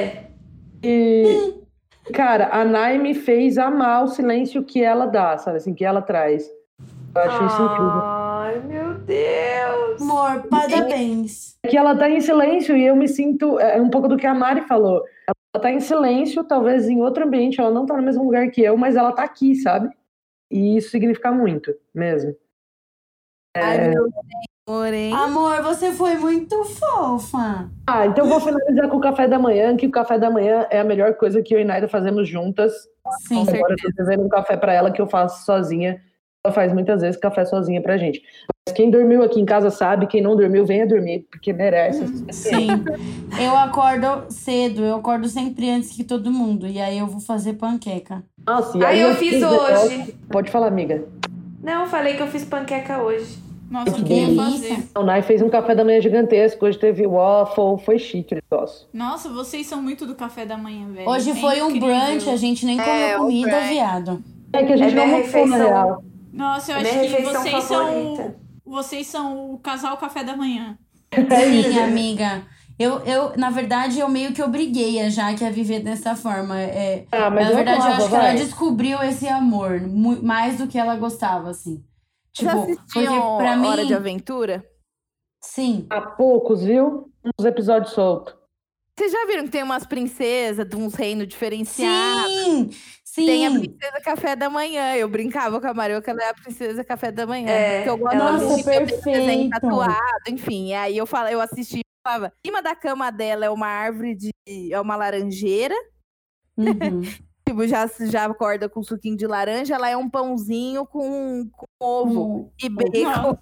Speaker 8: E, cara, a Nai me fez amar o silêncio que ela dá, sabe assim, que ela traz. Eu acho isso incrível.
Speaker 7: Ai, meu Deus!
Speaker 4: Amor, parabéns.
Speaker 8: Que ela tá em silêncio e eu me sinto, um pouco do que a Mari falou. Ela tá em silêncio, talvez em outro ambiente, ela não tá no mesmo lugar que eu, mas ela tá aqui, sabe? E isso significa muito, mesmo.
Speaker 5: Ai, meu amor, hein?
Speaker 4: Amor, você foi muito fofa.
Speaker 8: Então eu vou finalizar com o café da manhã, que o café da manhã é a melhor coisa que eu e Naida fazemos juntas.
Speaker 4: Sim,
Speaker 8: agora eu tô devendo um café pra ela que eu faço sozinha. Ela faz muitas vezes café sozinha pra gente. Mas quem dormiu aqui em casa sabe, quem não dormiu, venha dormir, porque merece.
Speaker 4: Sim. Eu acordo cedo, eu acordo sempre antes que todo mundo. E aí eu vou fazer panqueca.
Speaker 8: Nossa, e
Speaker 7: aí eu fiz hoje.
Speaker 8: Pode falar, amiga.
Speaker 7: Não, eu falei que eu fiz panqueca hoje.
Speaker 6: Nossa,
Speaker 4: Que
Speaker 6: eu queria
Speaker 4: delícia.
Speaker 6: fazer.
Speaker 8: O Nai fez um café da manhã gigantesco, hoje teve waffle, foi chique o negócio.
Speaker 6: Nossa, vocês são muito do café da manhã, velho.
Speaker 4: Hoje foi um
Speaker 6: incrível.
Speaker 4: brunch, a gente nem comeu comida,
Speaker 5: brunch.
Speaker 4: viado.
Speaker 8: É que a gente
Speaker 7: minha
Speaker 8: não almoçou, na
Speaker 7: refeição.
Speaker 8: real.
Speaker 6: Nossa, eu
Speaker 7: É
Speaker 6: acho
Speaker 7: minha
Speaker 6: que
Speaker 7: refeição favorita.
Speaker 6: vocês são o casal café da manhã.
Speaker 4: Sim, amiga. Na verdade, eu meio que obriguei a Jaque a viver dessa forma.
Speaker 8: Mas
Speaker 4: na verdade, eu acho que ela
Speaker 8: vai.
Speaker 4: descobriu esse amor mais do que ela gostava, assim.
Speaker 5: Vocês
Speaker 4: Tipo,
Speaker 5: assistiam
Speaker 4: porque pra mim.
Speaker 5: Hora de Aventura?
Speaker 4: Sim.
Speaker 8: Há poucos, viu? Uns episódios soltos.
Speaker 5: Vocês já viram que tem umas princesas de uns reinos diferenciados?
Speaker 4: Sim! Sim!
Speaker 5: Tem a princesa café da manhã. Eu brincava com a Mario que ela é a princesa café da manhã. Porque eu gosto
Speaker 4: Nossa,
Speaker 5: de ver
Speaker 4: perfeito.
Speaker 5: desenho tatuado, enfim. E aí eu assisti e falava, em cima da cama dela é uma árvore é uma laranjeira.
Speaker 4: Uhum.
Speaker 5: Tipo, já acorda com suquinho de laranja, ela é um pãozinho com ovo e bacon.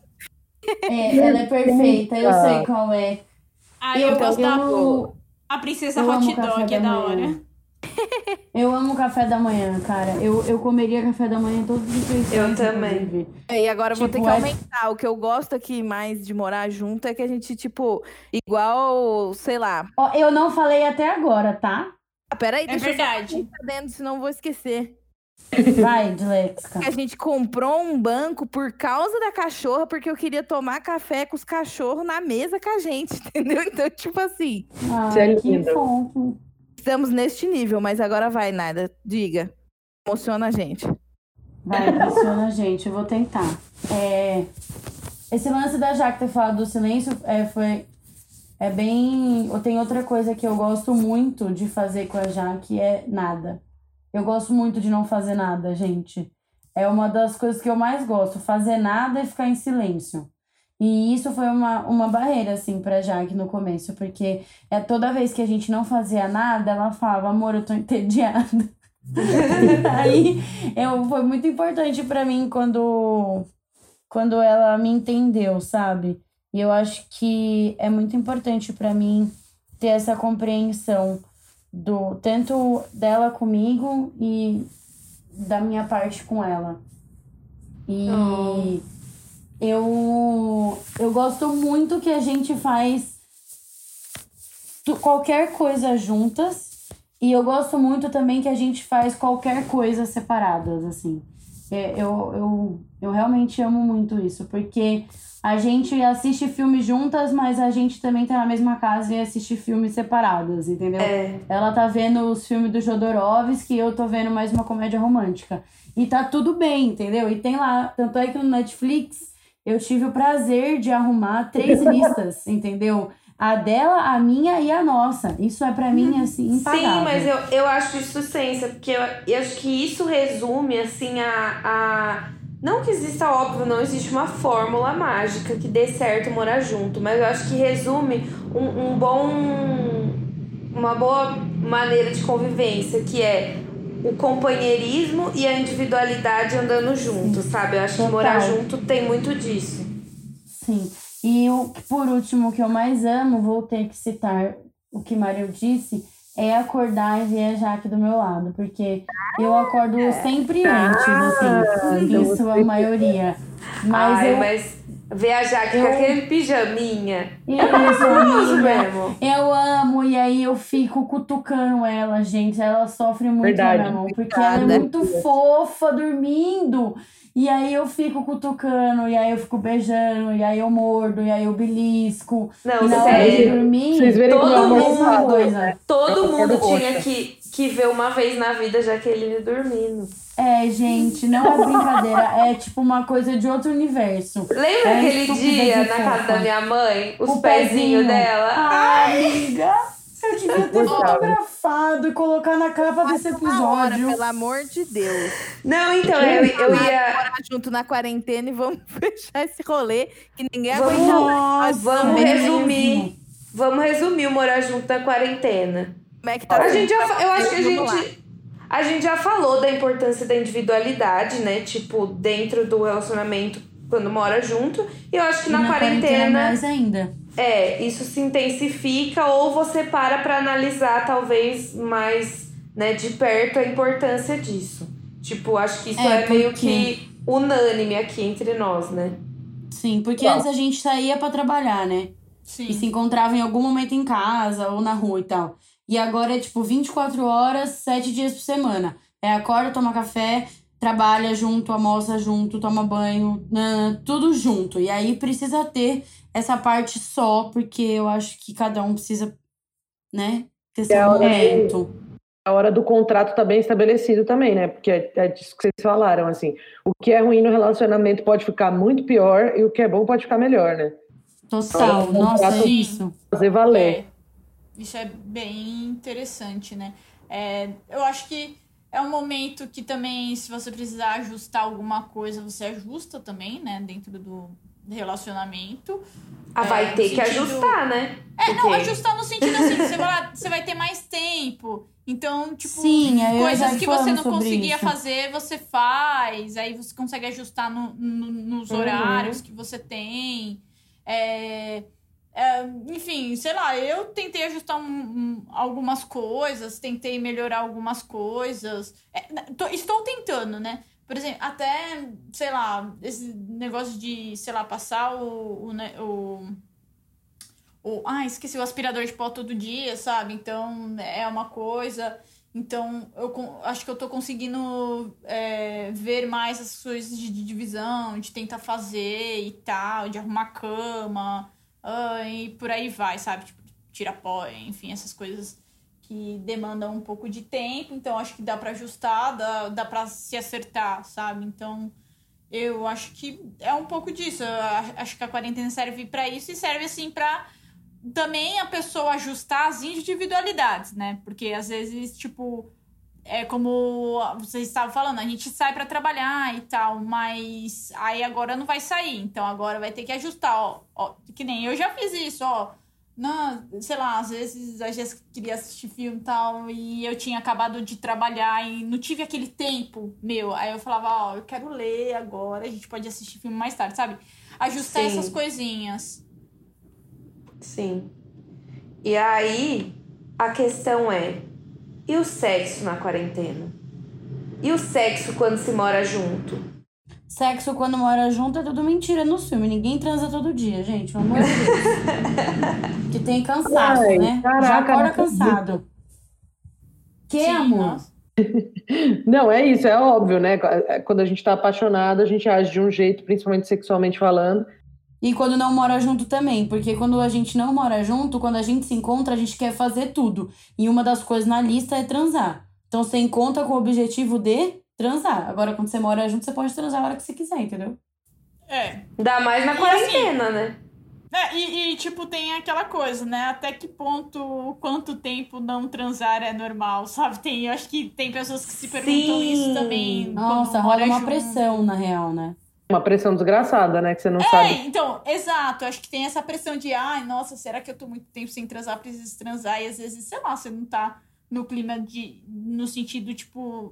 Speaker 4: Ela é perfeita, eu sei qual é.
Speaker 6: Ah, eu gosto
Speaker 4: eu
Speaker 6: a princesa
Speaker 4: eu
Speaker 6: hot
Speaker 4: amo café
Speaker 6: dog, é
Speaker 4: da
Speaker 6: da
Speaker 4: manhã.
Speaker 6: hora.
Speaker 4: Eu amo café da manhã, cara. Eu comeria café da manhã todos os dias.
Speaker 7: Eu também.
Speaker 5: E agora eu vou ter
Speaker 4: Tipo,
Speaker 5: que aumentar. O que eu gosto aqui mais de morar junto é que a gente, tipo, igual, sei lá.
Speaker 4: Ó, eu não falei até agora, tá?
Speaker 5: Peraí,
Speaker 6: É verdade.
Speaker 5: eu falar dentro, senão eu vou esquecer.
Speaker 4: Vai, Dilexica.
Speaker 5: A gente comprou um banco por causa da cachorra, porque eu queria tomar café com os cachorros na mesa com a gente, entendeu? Então, tipo assim.
Speaker 4: Ai, que fofo.
Speaker 5: Estamos neste nível, mas agora vai, Nada. Diga. Emociona a gente.
Speaker 4: Vai, emociona a gente. Eu vou tentar. Esse lance da Jaque ter falado do silêncio é bem... Tem outra coisa que eu gosto muito de fazer com a Jaque, é nada. Eu gosto muito de não fazer nada, gente. É uma das coisas que eu mais gosto. Fazer nada e ficar em silêncio. E isso foi uma barreira, assim, pra Jaque no começo. Porque toda vez que a gente não fazia nada, ela falava, amor, eu tô entediada. Aí, foi muito importante pra mim quando ela me entendeu, sabe? E eu acho que é muito importante pra mim ter essa compreensão tanto dela comigo e da minha parte com ela. E eu gosto muito que a gente faz qualquer coisa juntas. E eu gosto muito também que a gente faz qualquer coisa separadas, assim. Eu realmente amo muito isso, porque a gente assiste filmes juntas, mas a gente também tá na mesma casa e assiste filmes separadas, entendeu? Ela tá vendo os filmes do Jodorowsky e eu tô vendo mais uma comédia romântica. E tá tudo bem, entendeu? E tem lá, tanto é que no Netflix eu tive o prazer de arrumar 3 listas, entendeu? A dela, a minha e a nossa. Isso é pra mim, assim, impagável.
Speaker 7: Sim, mas eu acho isso ciência, porque eu acho que isso resume, assim, Não que exista, óbvio, não existe uma fórmula mágica que dê certo morar junto, mas eu acho que resume uma boa maneira de convivência, que é o companheirismo e a individualidade andando junto, sabe? Eu acho que morar junto tem muito disso.
Speaker 4: Sim. E por último, o que eu mais amo, vou ter que citar o que Mario disse, é acordar e ver a Jaque do meu lado. Porque eu acordo sempre antes, assim. Isso a maioria.
Speaker 7: Mas ver a Jaque com aquele pijaminha.
Speaker 4: Isso mesmo. Eu amo, e aí eu fico cutucando ela, gente. Ela sofre muito na minha mão, porque ela é muito fofa dormindo. E aí eu fico cutucando, e aí eu fico beijando, e aí eu mordo, e aí eu belisco.
Speaker 7: Não,
Speaker 4: e na
Speaker 7: sério.
Speaker 4: hora de dormir,
Speaker 8: Vocês verem como
Speaker 4: a mesma
Speaker 8: amor
Speaker 4: coisa.
Speaker 8: né?
Speaker 7: Todo mundo tinha que ver uma vez na vida Jaqueline dormindo.
Speaker 4: Gente, não é brincadeira. É tipo uma coisa de outro universo.
Speaker 7: Lembra aquele dia na casa da minha mãe? Os pezinhos dela?
Speaker 4: Ai, amiga! Eu devia ter fotografado e colocar na capa desse episódio.
Speaker 5: Pelo amor de Deus.
Speaker 7: Não, então, eu ia...
Speaker 5: morar junto na quarentena e vamos fechar esse rolê que ninguém aguenta.
Speaker 7: Vamos resumir. Vamos resumir o morar junto na quarentena.
Speaker 5: Como é que tá?
Speaker 7: Eu acho que A gente já falou da importância da individualidade, né? Tipo, dentro do relacionamento, quando mora junto. E eu acho que na quarentena
Speaker 4: mais ainda.
Speaker 7: Isso se intensifica, ou você pra analisar talvez mais, né, de perto a importância disso. Tipo, acho que isso é meio que unânime aqui entre nós, né?
Speaker 4: Sim, porque antes a gente saía pra trabalhar, né?
Speaker 6: Sim.
Speaker 4: E se encontrava em algum momento em casa ou na rua e tal. E agora é tipo 24 horas, 7 dias por semana. Acorda, toma café, trabalha junto, almoça junto, toma banho, tudo junto. E aí precisa ter essa parte só, porque eu acho que cada um precisa, né, ter seu momento.
Speaker 8: A hora do contrato tá bem estabelecido também, né? Porque é disso que vocês falaram, assim. O que é ruim no relacionamento pode ficar muito pior e o que é bom pode ficar melhor, né?
Speaker 4: Total, nossa, é isso.
Speaker 8: Fazer valer.
Speaker 6: Isso é bem interessante, né? Eu acho que é um momento que também, se você precisar ajustar alguma coisa, você ajusta também, né? Dentro do relacionamento.
Speaker 7: Vai ter que ajustar, né?
Speaker 6: Não, ajustar no sentido assim, você vai ter mais tempo. Então, tipo,
Speaker 4: sim,
Speaker 6: coisas que você não conseguia fazer, você faz. Aí você consegue ajustar nos horários que você tem. Enfim, sei lá, eu tentei ajustar algumas coisas, tentei melhorar algumas coisas. Estou tentando, né? Por exemplo, até, sei lá, esse negócio de, sei lá, passar esqueci o aspirador de pó todo dia, sabe? Então, é uma coisa. Então, eu acho que eu tô conseguindo ver mais as coisas de divisão, de tentar fazer e tal, de arrumar cama, e por aí vai, sabe? Tipo, tira pó, enfim, essas coisas que demandam um pouco de tempo. Então, acho que dá pra ajustar, dá pra se acertar, sabe? Então, eu acho que é um pouco disso. Eu acho que a quarentena serve pra isso e serve, assim, pra também a pessoa ajustar as individualidades, né? Porque, às vezes, tipo, como vocês estavam falando, a gente sai pra trabalhar e tal, mas aí agora não vai sair. Então, agora vai ter que ajustar, ó. Que nem eu já fiz isso, ó. Não, sei lá, às vezes a Jéssica queria assistir filme e tal, e eu tinha acabado de trabalhar e não tive aquele tempo meu. Aí eu falava, eu quero ler agora, a gente pode assistir filme mais tarde, sabe? Ajustar essas coisinhas.
Speaker 7: Sim. E aí, a questão e o sexo na quarentena? E o sexo quando se mora junto?
Speaker 4: Sexo quando mora junto é tudo mentira no filme. Ninguém transa todo dia, gente. Pelo amor de Deus. Que tem cansaço, né?
Speaker 8: Caraca,
Speaker 4: já acorda cansado. Amor?
Speaker 8: Não, é isso, é óbvio, né? Quando a gente tá apaixonado, a gente age de um jeito, principalmente sexualmente falando.
Speaker 4: E quando não mora junto também. Porque quando a gente não mora junto, quando a gente se encontra, a gente quer fazer tudo. E uma das coisas na lista é transar. Então você encontra com o objetivo de transar. Agora, quando você mora junto, você pode transar a hora que você quiser, entendeu?
Speaker 7: Ainda mais na quarentena, né?
Speaker 6: Tipo, tem aquela coisa, né? Até que ponto, quanto tempo não transar é normal, sabe? Eu acho que tem pessoas que se perguntam isso também.
Speaker 4: Nossa, rola uma pressão, na real, né?
Speaker 8: Uma pressão desgraçada, né? Que você não sabe.
Speaker 6: Então, exato. Acho que tem essa pressão de, nossa, será que eu tô muito tempo sem transar? Preciso transar. E às vezes, sei lá, você não tá no clima no sentido, tipo,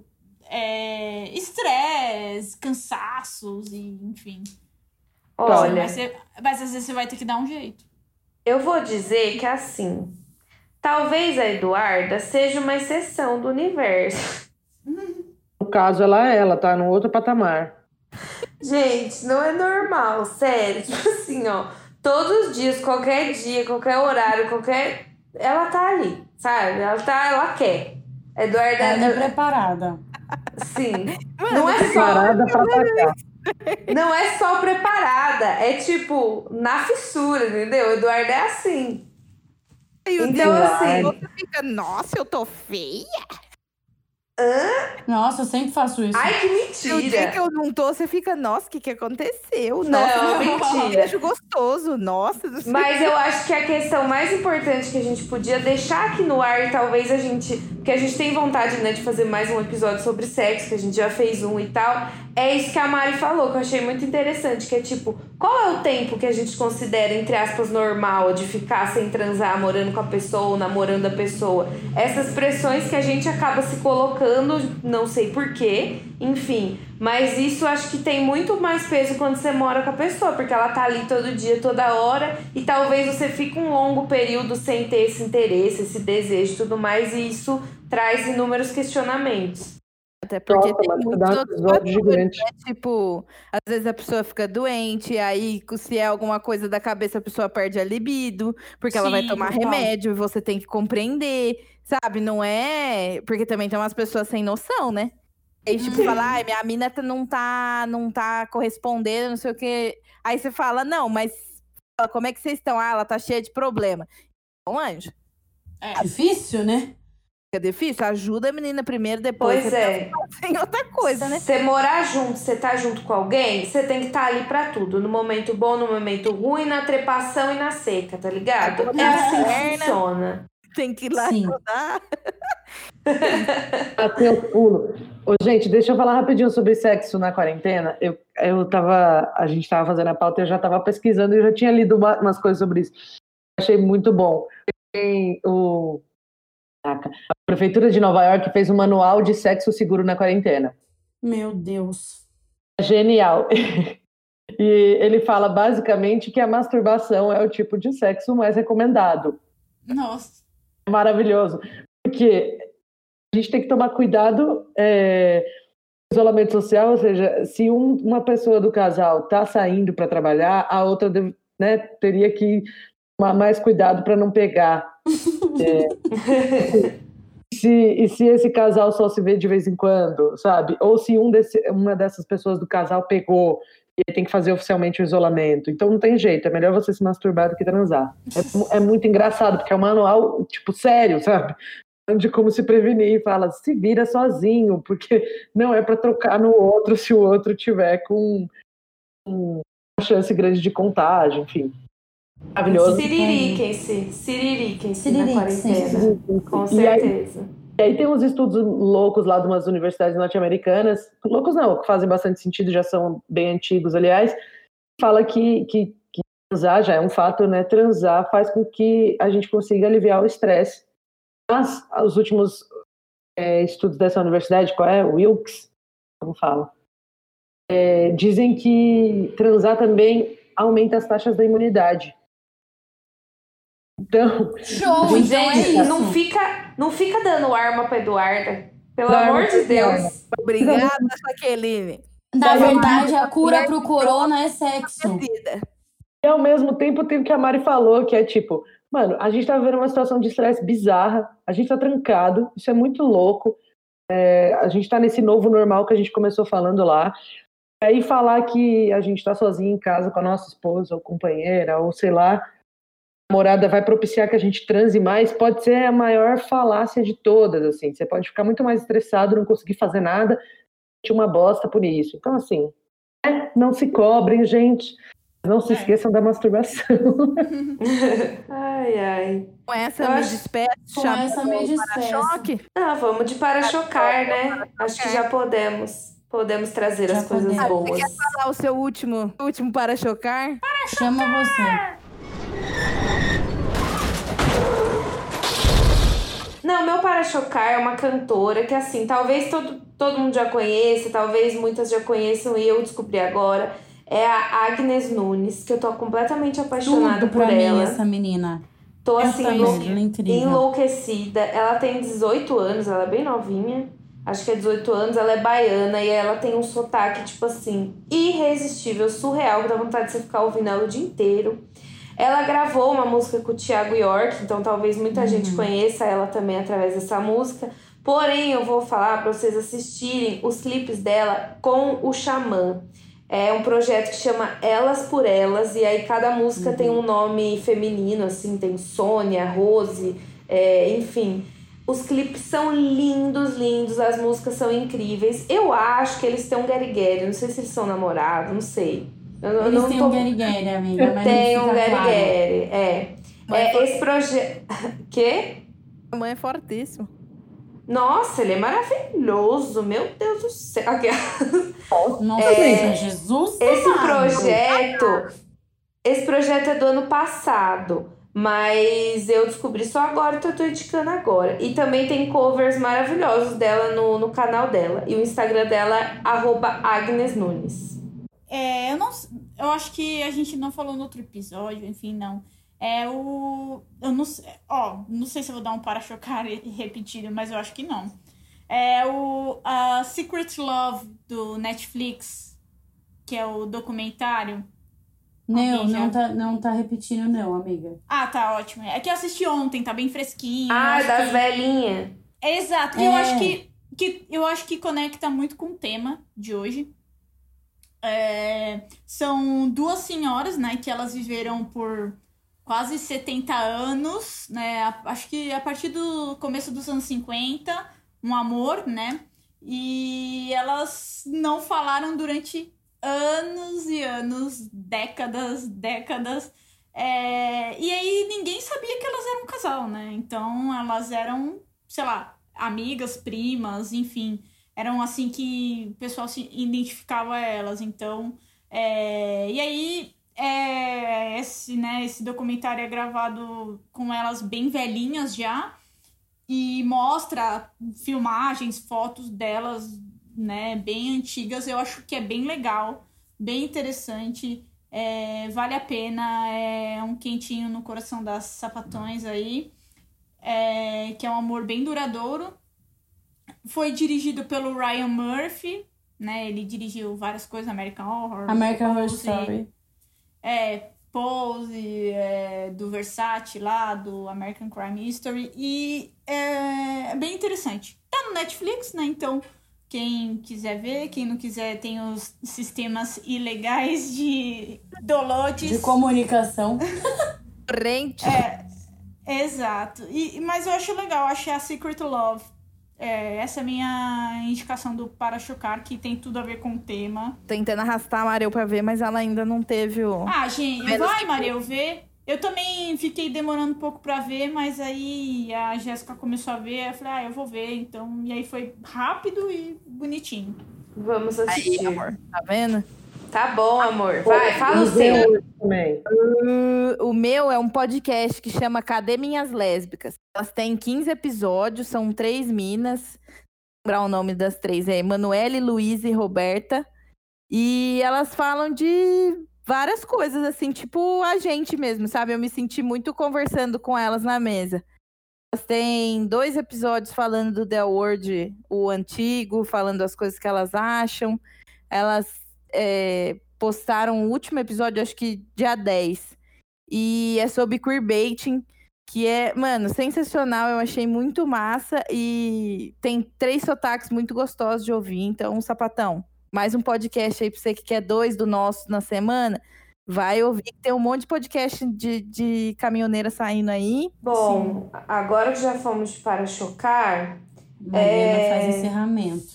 Speaker 6: estresse, cansaços e enfim.
Speaker 7: Olha,
Speaker 6: mas às vezes você vai ter que dar um jeito.
Speaker 7: Eu vou dizer que assim, talvez a Eduarda seja uma exceção do universo.
Speaker 8: No caso, ela tá num outro patamar.
Speaker 7: Gente, não é normal, sério. Tipo assim, ó, todos os dias, qualquer dia, qualquer horário, ela tá ali, sabe? Ela quer. Eduarda
Speaker 4: é preparada.
Speaker 7: Sim. Não é
Speaker 8: preparada pra atacar.
Speaker 7: Não é só preparada, é tipo na fissura, entendeu? Eduarda é assim.
Speaker 5: Então, assim, você fica, nossa, eu tô feia.
Speaker 4: Nossa, eu sempre faço isso.
Speaker 7: Ai, que mentira.
Speaker 5: O dia que eu não tô, você fica, nossa, o que aconteceu?
Speaker 7: Não, mentira.
Speaker 5: Beijo gostoso, nossa.
Speaker 7: Mas eu acho que a questão mais importante que a gente podia deixar aqui no ar, e talvez porque a gente tem vontade, né, de fazer mais um episódio sobre sexo, que a gente já fez um e tal, é isso que a Mari falou, que eu achei muito interessante, que é tipo, qual é o tempo que a gente considera, entre aspas, normal, de ficar sem transar, morando com a pessoa ou namorando a pessoa? Essas pressões que a gente acaba se colocando provocando, não sei porquê, enfim. Mas isso acho que tem muito mais peso quando você mora com a pessoa, porque ela tá ali todo dia, toda hora, e talvez você fique um longo período sem ter esse interesse, esse desejo e tudo mais, e isso traz inúmeros questionamentos.
Speaker 5: Até porque tem muitos outros fatores, né? Tipo, às vezes a pessoa fica doente, aí se é alguma coisa da cabeça, a pessoa perde a libido, porque ela vai tomar remédio e você tem que compreender, sabe? Não é... Porque também tem umas pessoas sem noção, né? Aí, tipo, fala, ai, minha mina não tá correspondendo, não sei o quê. Aí você fala, não, mas como é que vocês estão? Ah, ela tá cheia de problema. Bom, anjo.
Speaker 4: É difícil, né?
Speaker 5: É difícil, ajuda a menina primeiro, depois
Speaker 7: pois
Speaker 5: você tem outra coisa, né?
Speaker 7: Você morar junto, você tá junto com alguém, você tem que estar ali pra tudo. No momento bom, no momento ruim, na trepação e na seca, tá ligado? É assim que funciona.
Speaker 5: Tem que ir lá ajudar.
Speaker 8: Até o pulo. Ô, gente, deixa eu falar rapidinho sobre sexo na quarentena. A gente tava fazendo a pauta e eu já tava pesquisando e eu já tinha lido umas coisas sobre isso. Achei muito bom. Tem a Prefeitura de Nova York fez um manual de sexo seguro na quarentena.
Speaker 4: Meu Deus.
Speaker 8: Genial. E ele fala basicamente que a masturbação é o tipo de sexo mais recomendado.
Speaker 6: Nossa.
Speaker 8: Maravilhoso. Porque a gente tem que tomar cuidado com isolamento social, ou seja, se uma pessoa do casal está saindo para trabalhar, a outra teria que tomar mais cuidado para não pegar. Se esse casal só se vê de vez em quando, sabe? Ou se uma dessas pessoas do casal pegou e tem que fazer oficialmente o isolamento. Então não tem jeito, é melhor você se masturbar do que transar. É muito engraçado, porque é um manual, tipo, sério, sabe? De como se prevenir, fala, se vira sozinho, porque não é para trocar no outro se o outro tiver com uma chance grande de contágio, enfim. Maravilhoso.
Speaker 7: Siririquem-se na quarentena. Com certeza.
Speaker 8: E aí tem uns estudos loucos lá de umas universidades norte-americanas, loucos não, que fazem bastante sentido, já são bem antigos, aliás, fala que transar já é um fato, né? Transar faz com que a gente consiga aliviar o estresse. Mas os últimos estudos dessa universidade, qual é? Wilkes, como fala, dizem que transar também aumenta as taxas da imunidade. Então,
Speaker 7: gente, não fica dando arma pra Eduarda. Pelo amor de Deus.
Speaker 5: Obrigada, Jaqueline.
Speaker 4: Na verdade, a cura pro corona é sexo.
Speaker 8: E ao mesmo tempo tem o que a Mari falou, que é tipo, mano, a gente tá vivendo uma situação de estresse bizarra, a gente tá trancado, isso é muito louco. A gente tá nesse novo normal que a gente começou falando lá. E aí falar que a gente tá sozinho em casa com a nossa esposa ou companheira, ou sei lá, namorada vai propiciar que a gente transe mais, pode ser a maior falácia de todas, assim. Você pode ficar muito mais estressado, não conseguir fazer nada, sentir uma bosta por isso. Então, assim, não se cobrem, gente. Não se esqueçam da masturbação.
Speaker 7: Ai.
Speaker 5: Com essa me despeço.
Speaker 4: Com essa me despeço.
Speaker 7: Vamos de para-chocar, né? Acho que já podemos trazer as coisas boas.
Speaker 5: Você quer falar o seu último para-chocar?
Speaker 4: Chama você.
Speaker 7: Não, meu para-chocar é uma cantora que, assim, talvez todo mundo já conheça, talvez muitas já conheçam e eu descobri agora. É a Agnes Nunes, que eu tô completamente apaixonada por ela.
Speaker 4: Mim, essa menina.
Speaker 7: Tô, assim, enlouquecida. Ela tem 18 anos, ela é bem novinha. Acho que é 18 anos, ela é baiana e ela tem um sotaque, tipo assim, irresistível, surreal, que dá vontade de você ficar ouvindo ela o dia inteiro. Ela gravou uma música com o Thiago York, então talvez muita gente conheça ela também através dessa música. Porém, eu vou falar para vocês assistirem os clipes dela com o Xamã. É um projeto que chama Elas por Elas, e aí cada música tem um nome feminino, assim, tem Sônia, Rose, enfim. Os clipes são lindos, as músicas são incríveis. Eu acho que eles têm um Gary, não sei se eles são namorados, não sei.
Speaker 4: Eles têm um Gary, amiga, mas
Speaker 7: tem um Gary, esse projeto... Quê?
Speaker 5: A mãe é fortíssimo.
Speaker 7: Nossa, ele é maravilhoso, meu Deus do céu.
Speaker 4: Nossa, Jesus.
Speaker 7: Esse projeto é do ano passado. Mas eu descobri só agora, então eu tô indicando agora. E também tem covers maravilhosos dela no canal dela. E o Instagram dela é @AgnesNunes.
Speaker 6: Eu acho que a gente não falou no outro episódio, enfim, não. Eu não sei, não sei se eu vou dar um para-chocar repetido, mas eu acho que não. A Secret Love do Netflix, que é o documentário.
Speaker 4: Não tá repetindo não, amiga.
Speaker 6: Ah, tá ótimo. É que eu assisti ontem, tá bem fresquinho.
Speaker 7: Das velhinhas.
Speaker 6: Exato. Eu acho que conecta muito com o tema de hoje. São duas senhoras, né, que elas viveram por quase 70 anos, né, acho que a partir do começo dos anos 50, um amor, né, e elas não falaram durante anos e anos, décadas, e aí ninguém sabia que elas eram um casal, né, então elas eram, sei lá, amigas, primas, enfim, eram assim que o pessoal se identificava elas, então, e aí esse documentário é gravado com elas bem velhinhas já, e mostra filmagens, fotos delas, né, bem antigas. Eu acho que é bem legal, bem interessante, vale a pena, é um quentinho no coração das sapatões aí, que é um amor bem duradouro. Foi dirigido pelo Ryan Murphy, né, ele dirigiu várias coisas, American Horror
Speaker 4: Story.
Speaker 6: Pose, do Versace lá, do American Crime History, e é bem interessante. Tá no Netflix, né, então quem quiser ver, quem não quiser, tem os sistemas ilegais de downloads.
Speaker 4: De comunicação.
Speaker 5: Rente.
Speaker 6: Exato. Mas eu acho legal, achei a Secret Love. Essa é a minha indicação do Para-Chocar, que tem tudo a ver com o tema.
Speaker 5: Tentando arrastar a Mareu pra ver, mas ela ainda não teve o...
Speaker 6: gente, vai, Mareu, ver. Eu também fiquei demorando um pouco pra ver, mas aí a Jéssica começou a ver, eu falei, eu vou ver, então... E aí foi rápido e bonitinho.
Speaker 7: Vamos assistir.
Speaker 5: Aí, amor, tá vendo?
Speaker 7: Tá bom, amor. Vai, fala o seu.
Speaker 5: O meu é um podcast que chama Cadê Minhas Lésbicas? Elas têm 15 episódios, são 3 minas. Vou lembrar o nome das 3, Emanuele, Luísa e Roberta. E elas falam de várias coisas, assim, tipo a gente mesmo, sabe? Eu me senti muito conversando com elas na mesa. Elas têm 2 episódios falando do The Word, o antigo, falando as coisas que elas acham. Elas postaram o último episódio, acho que dia 10. E é sobre queerbaiting, que é, mano, sensacional. Eu achei muito massa e tem 3 sotaques muito gostosos de ouvir. Então, sapatão, mais um podcast aí pra você que quer 2 do nosso na semana. Vai ouvir, tem um monte de podcast de caminhoneira saindo aí.
Speaker 7: Bom, agora que já fomos de Para-Chocar...
Speaker 4: Mariana faz encerramento.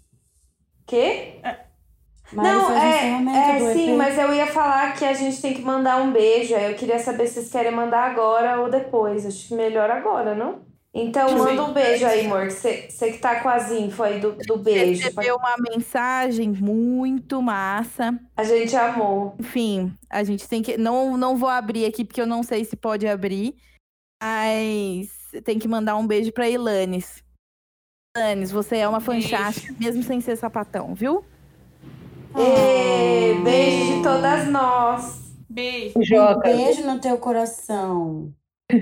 Speaker 7: Quê?
Speaker 4: Não,
Speaker 7: sim, mas eu ia falar que a gente tem que mandar um beijo. Aí eu queria saber se vocês querem mandar agora ou depois. Acho que melhor agora, não? Então manda um beijo aí, amor. Você que tá com as info aí do beijo.
Speaker 5: Recebeu uma mensagem muito massa.
Speaker 7: A gente amou.
Speaker 5: Enfim, a gente tem que... Não vou abrir aqui porque eu não sei se pode abrir. Mas tem que mandar um beijo pra Ilanes. Ilanes, você é uma fantástica, mesmo sem ser sapatão, viu?
Speaker 7: Beijo de todas nós.
Speaker 6: Beijo.
Speaker 4: Um beijo no teu coração.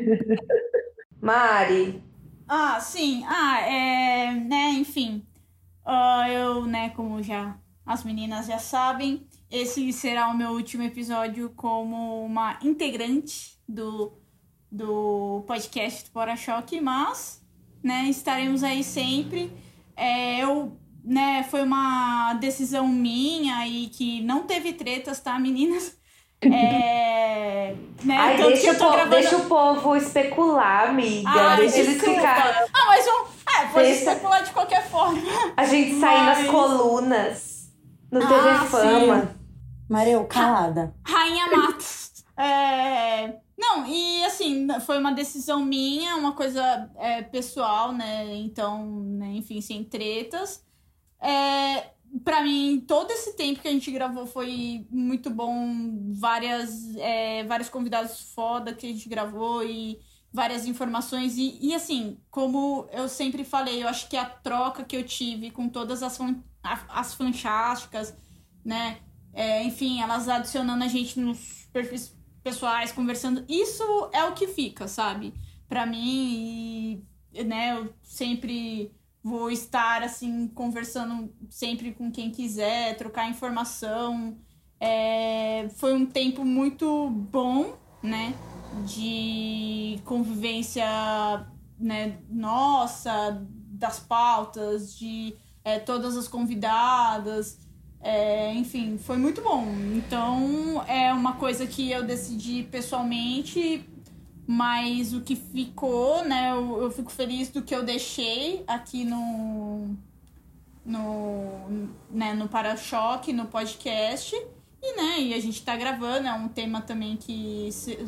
Speaker 7: Mari.
Speaker 6: Sim. Enfim. Eu, né, como já as meninas já sabem, esse será o meu último episódio como uma integrante do podcast do Para-Choque, mas, né, estaremos aí sempre. Foi uma decisão minha e que não teve tretas, tá, meninas?
Speaker 7: Deixa o povo especular, amiga. Deixa eles ficar.
Speaker 6: Pode especular de qualquer forma.
Speaker 7: A gente sair nas colunas no TV Fama.
Speaker 4: Mareu, calada.
Speaker 6: Rainha Matos. Não, e assim, foi uma decisão minha, uma coisa pessoal, né? Então, né, enfim, sem tretas. pra mim, todo esse tempo que a gente gravou foi muito bom. Vários convidados foda que a gente gravou e várias informações. E assim, como eu sempre falei, eu acho que a troca que eu tive com todas as fantásticas, né? Enfim, elas adicionando a gente nos perfis pessoais, conversando. Isso é o que fica, sabe? Pra mim, né? Eu sempre vou estar, assim, conversando sempre com quem quiser, trocar informação. Foi um tempo muito bom, né? De convivência, né? Nossa, das pautas, de todas as convidadas. Enfim, foi muito bom. Então, é uma coisa que eu decidi pessoalmente, mas o que ficou, né? Eu fico feliz do que eu deixei aqui no Para-Choque, no podcast. E a gente tá gravando, é um tema também que...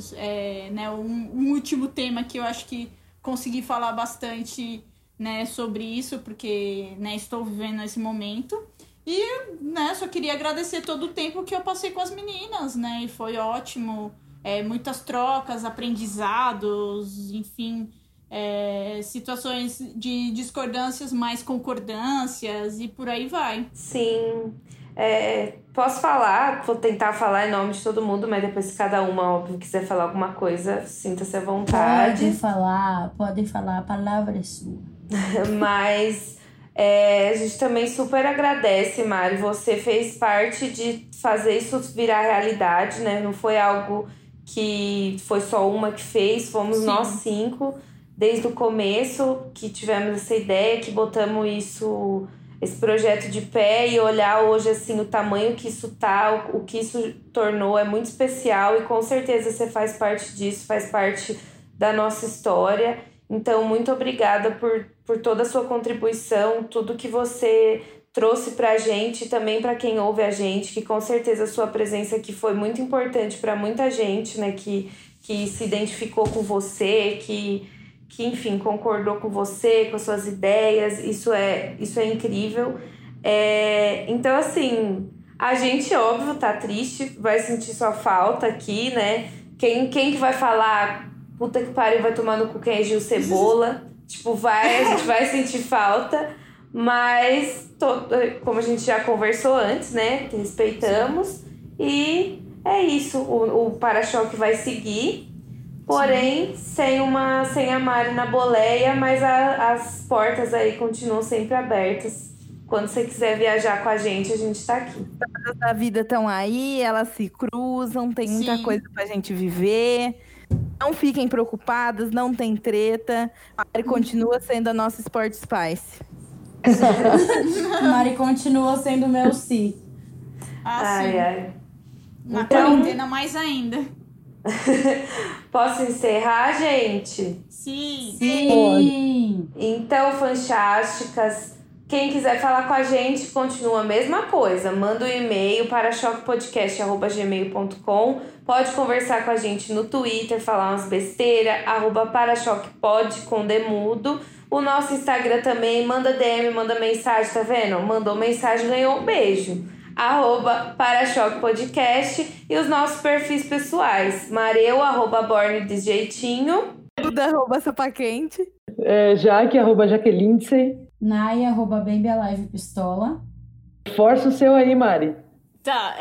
Speaker 6: um último tema que eu acho que consegui falar bastante, né, sobre isso, porque, né, estou vivendo esse momento. E, né, só queria agradecer todo o tempo que eu passei com as meninas, né? E foi ótimo. Muitas trocas, aprendizados, enfim, situações de discordâncias, mais concordâncias e por aí vai.
Speaker 7: Sim. Posso falar? Vou tentar falar em nome de todo mundo, mas depois se cada uma, óbvio, quiser falar alguma coisa, sinta-se à vontade.
Speaker 4: Podem falar, a palavra é sua.
Speaker 7: Mas... a gente também super agradece, Mari. Você fez parte de fazer isso virar realidade, né? Não foi algo que foi só uma que fez, fomos Sim. Nós 5, desde o começo, que tivemos essa ideia, que botamos esse projeto de pé e olhar hoje, assim, o tamanho que isso tá, o que isso tornou é muito especial e com certeza você faz parte disso, faz parte da nossa história. Então, muito obrigada por toda a sua contribuição, tudo que você trouxe pra gente e também para quem ouve a gente, que com certeza a sua presença aqui foi muito importante para muita gente, né, que se identificou com você, que enfim, concordou com você, com as suas ideias, isso é incrível. Então, assim, a gente, óbvio, tá triste, vai sentir sua falta aqui, né, quem que vai falar... Puta que pariu, vai tomar no cu quem é Gil Cebola. Tipo, a gente vai sentir falta. Mas, como a gente já conversou antes, né? Respeitamos. E é isso. O Para-Choque vai seguir. Porém, sem a Mari na boleia. Mas as portas aí continuam sempre abertas. Quando você quiser viajar com a gente tá aqui.
Speaker 5: As da vida estão aí, elas se cruzam. Tem muita coisa pra gente viver. Não fiquem preocupadas, não tem treta. Mari continua sendo a nossa Sport Spice.
Speaker 4: Mari continua sendo meu si.
Speaker 7: Ai.
Speaker 6: Na quarentena mais ainda.
Speaker 7: Posso encerrar, gente?
Speaker 6: Sim.
Speaker 7: Então, fantásticas. Quem quiser falar com a gente, continua a mesma coisa. Manda um e-mail para choquepodcast@gmail.com. Pode conversar com a gente no Twitter, falar umas besteiras, @parachoquepod com demudo. O nosso Instagram também, manda DM, manda mensagem, tá vendo? Mandou mensagem, ganhou um beijo. @parachoquepodcast. E os nossos perfis pessoais. Mareu, @borne_desjeitinho.
Speaker 5: Duda, @sapaquente.
Speaker 8: Jaque, @jaquelindsey.
Speaker 4: Nai, @babyalivepistola.
Speaker 8: Força o seu aí, Mari.
Speaker 6: Tá,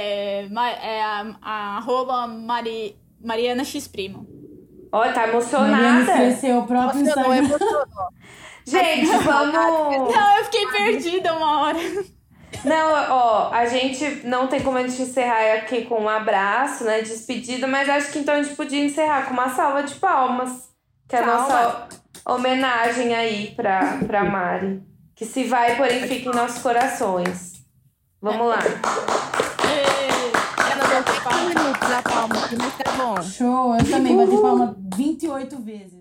Speaker 6: Mariana X Primo.
Speaker 7: Ó, tá emocionada.
Speaker 4: Mariana esqueceu o próprio Instagram.
Speaker 7: Gente, vamos...
Speaker 6: Não, eu fiquei perdida uma hora.
Speaker 7: Não, ó, a gente não tem como a gente encerrar aqui com um abraço, né, despedida, mas acho que então a gente podia encerrar com uma salva de palmas, que é a nossa homenagem aí pra Mari, que se vai, porém fica em nossos corações. Vamos lá.
Speaker 5: Eu não dou 5 minutos a palma, mas tá bom.
Speaker 4: Show, eu também bati palma 28 vezes.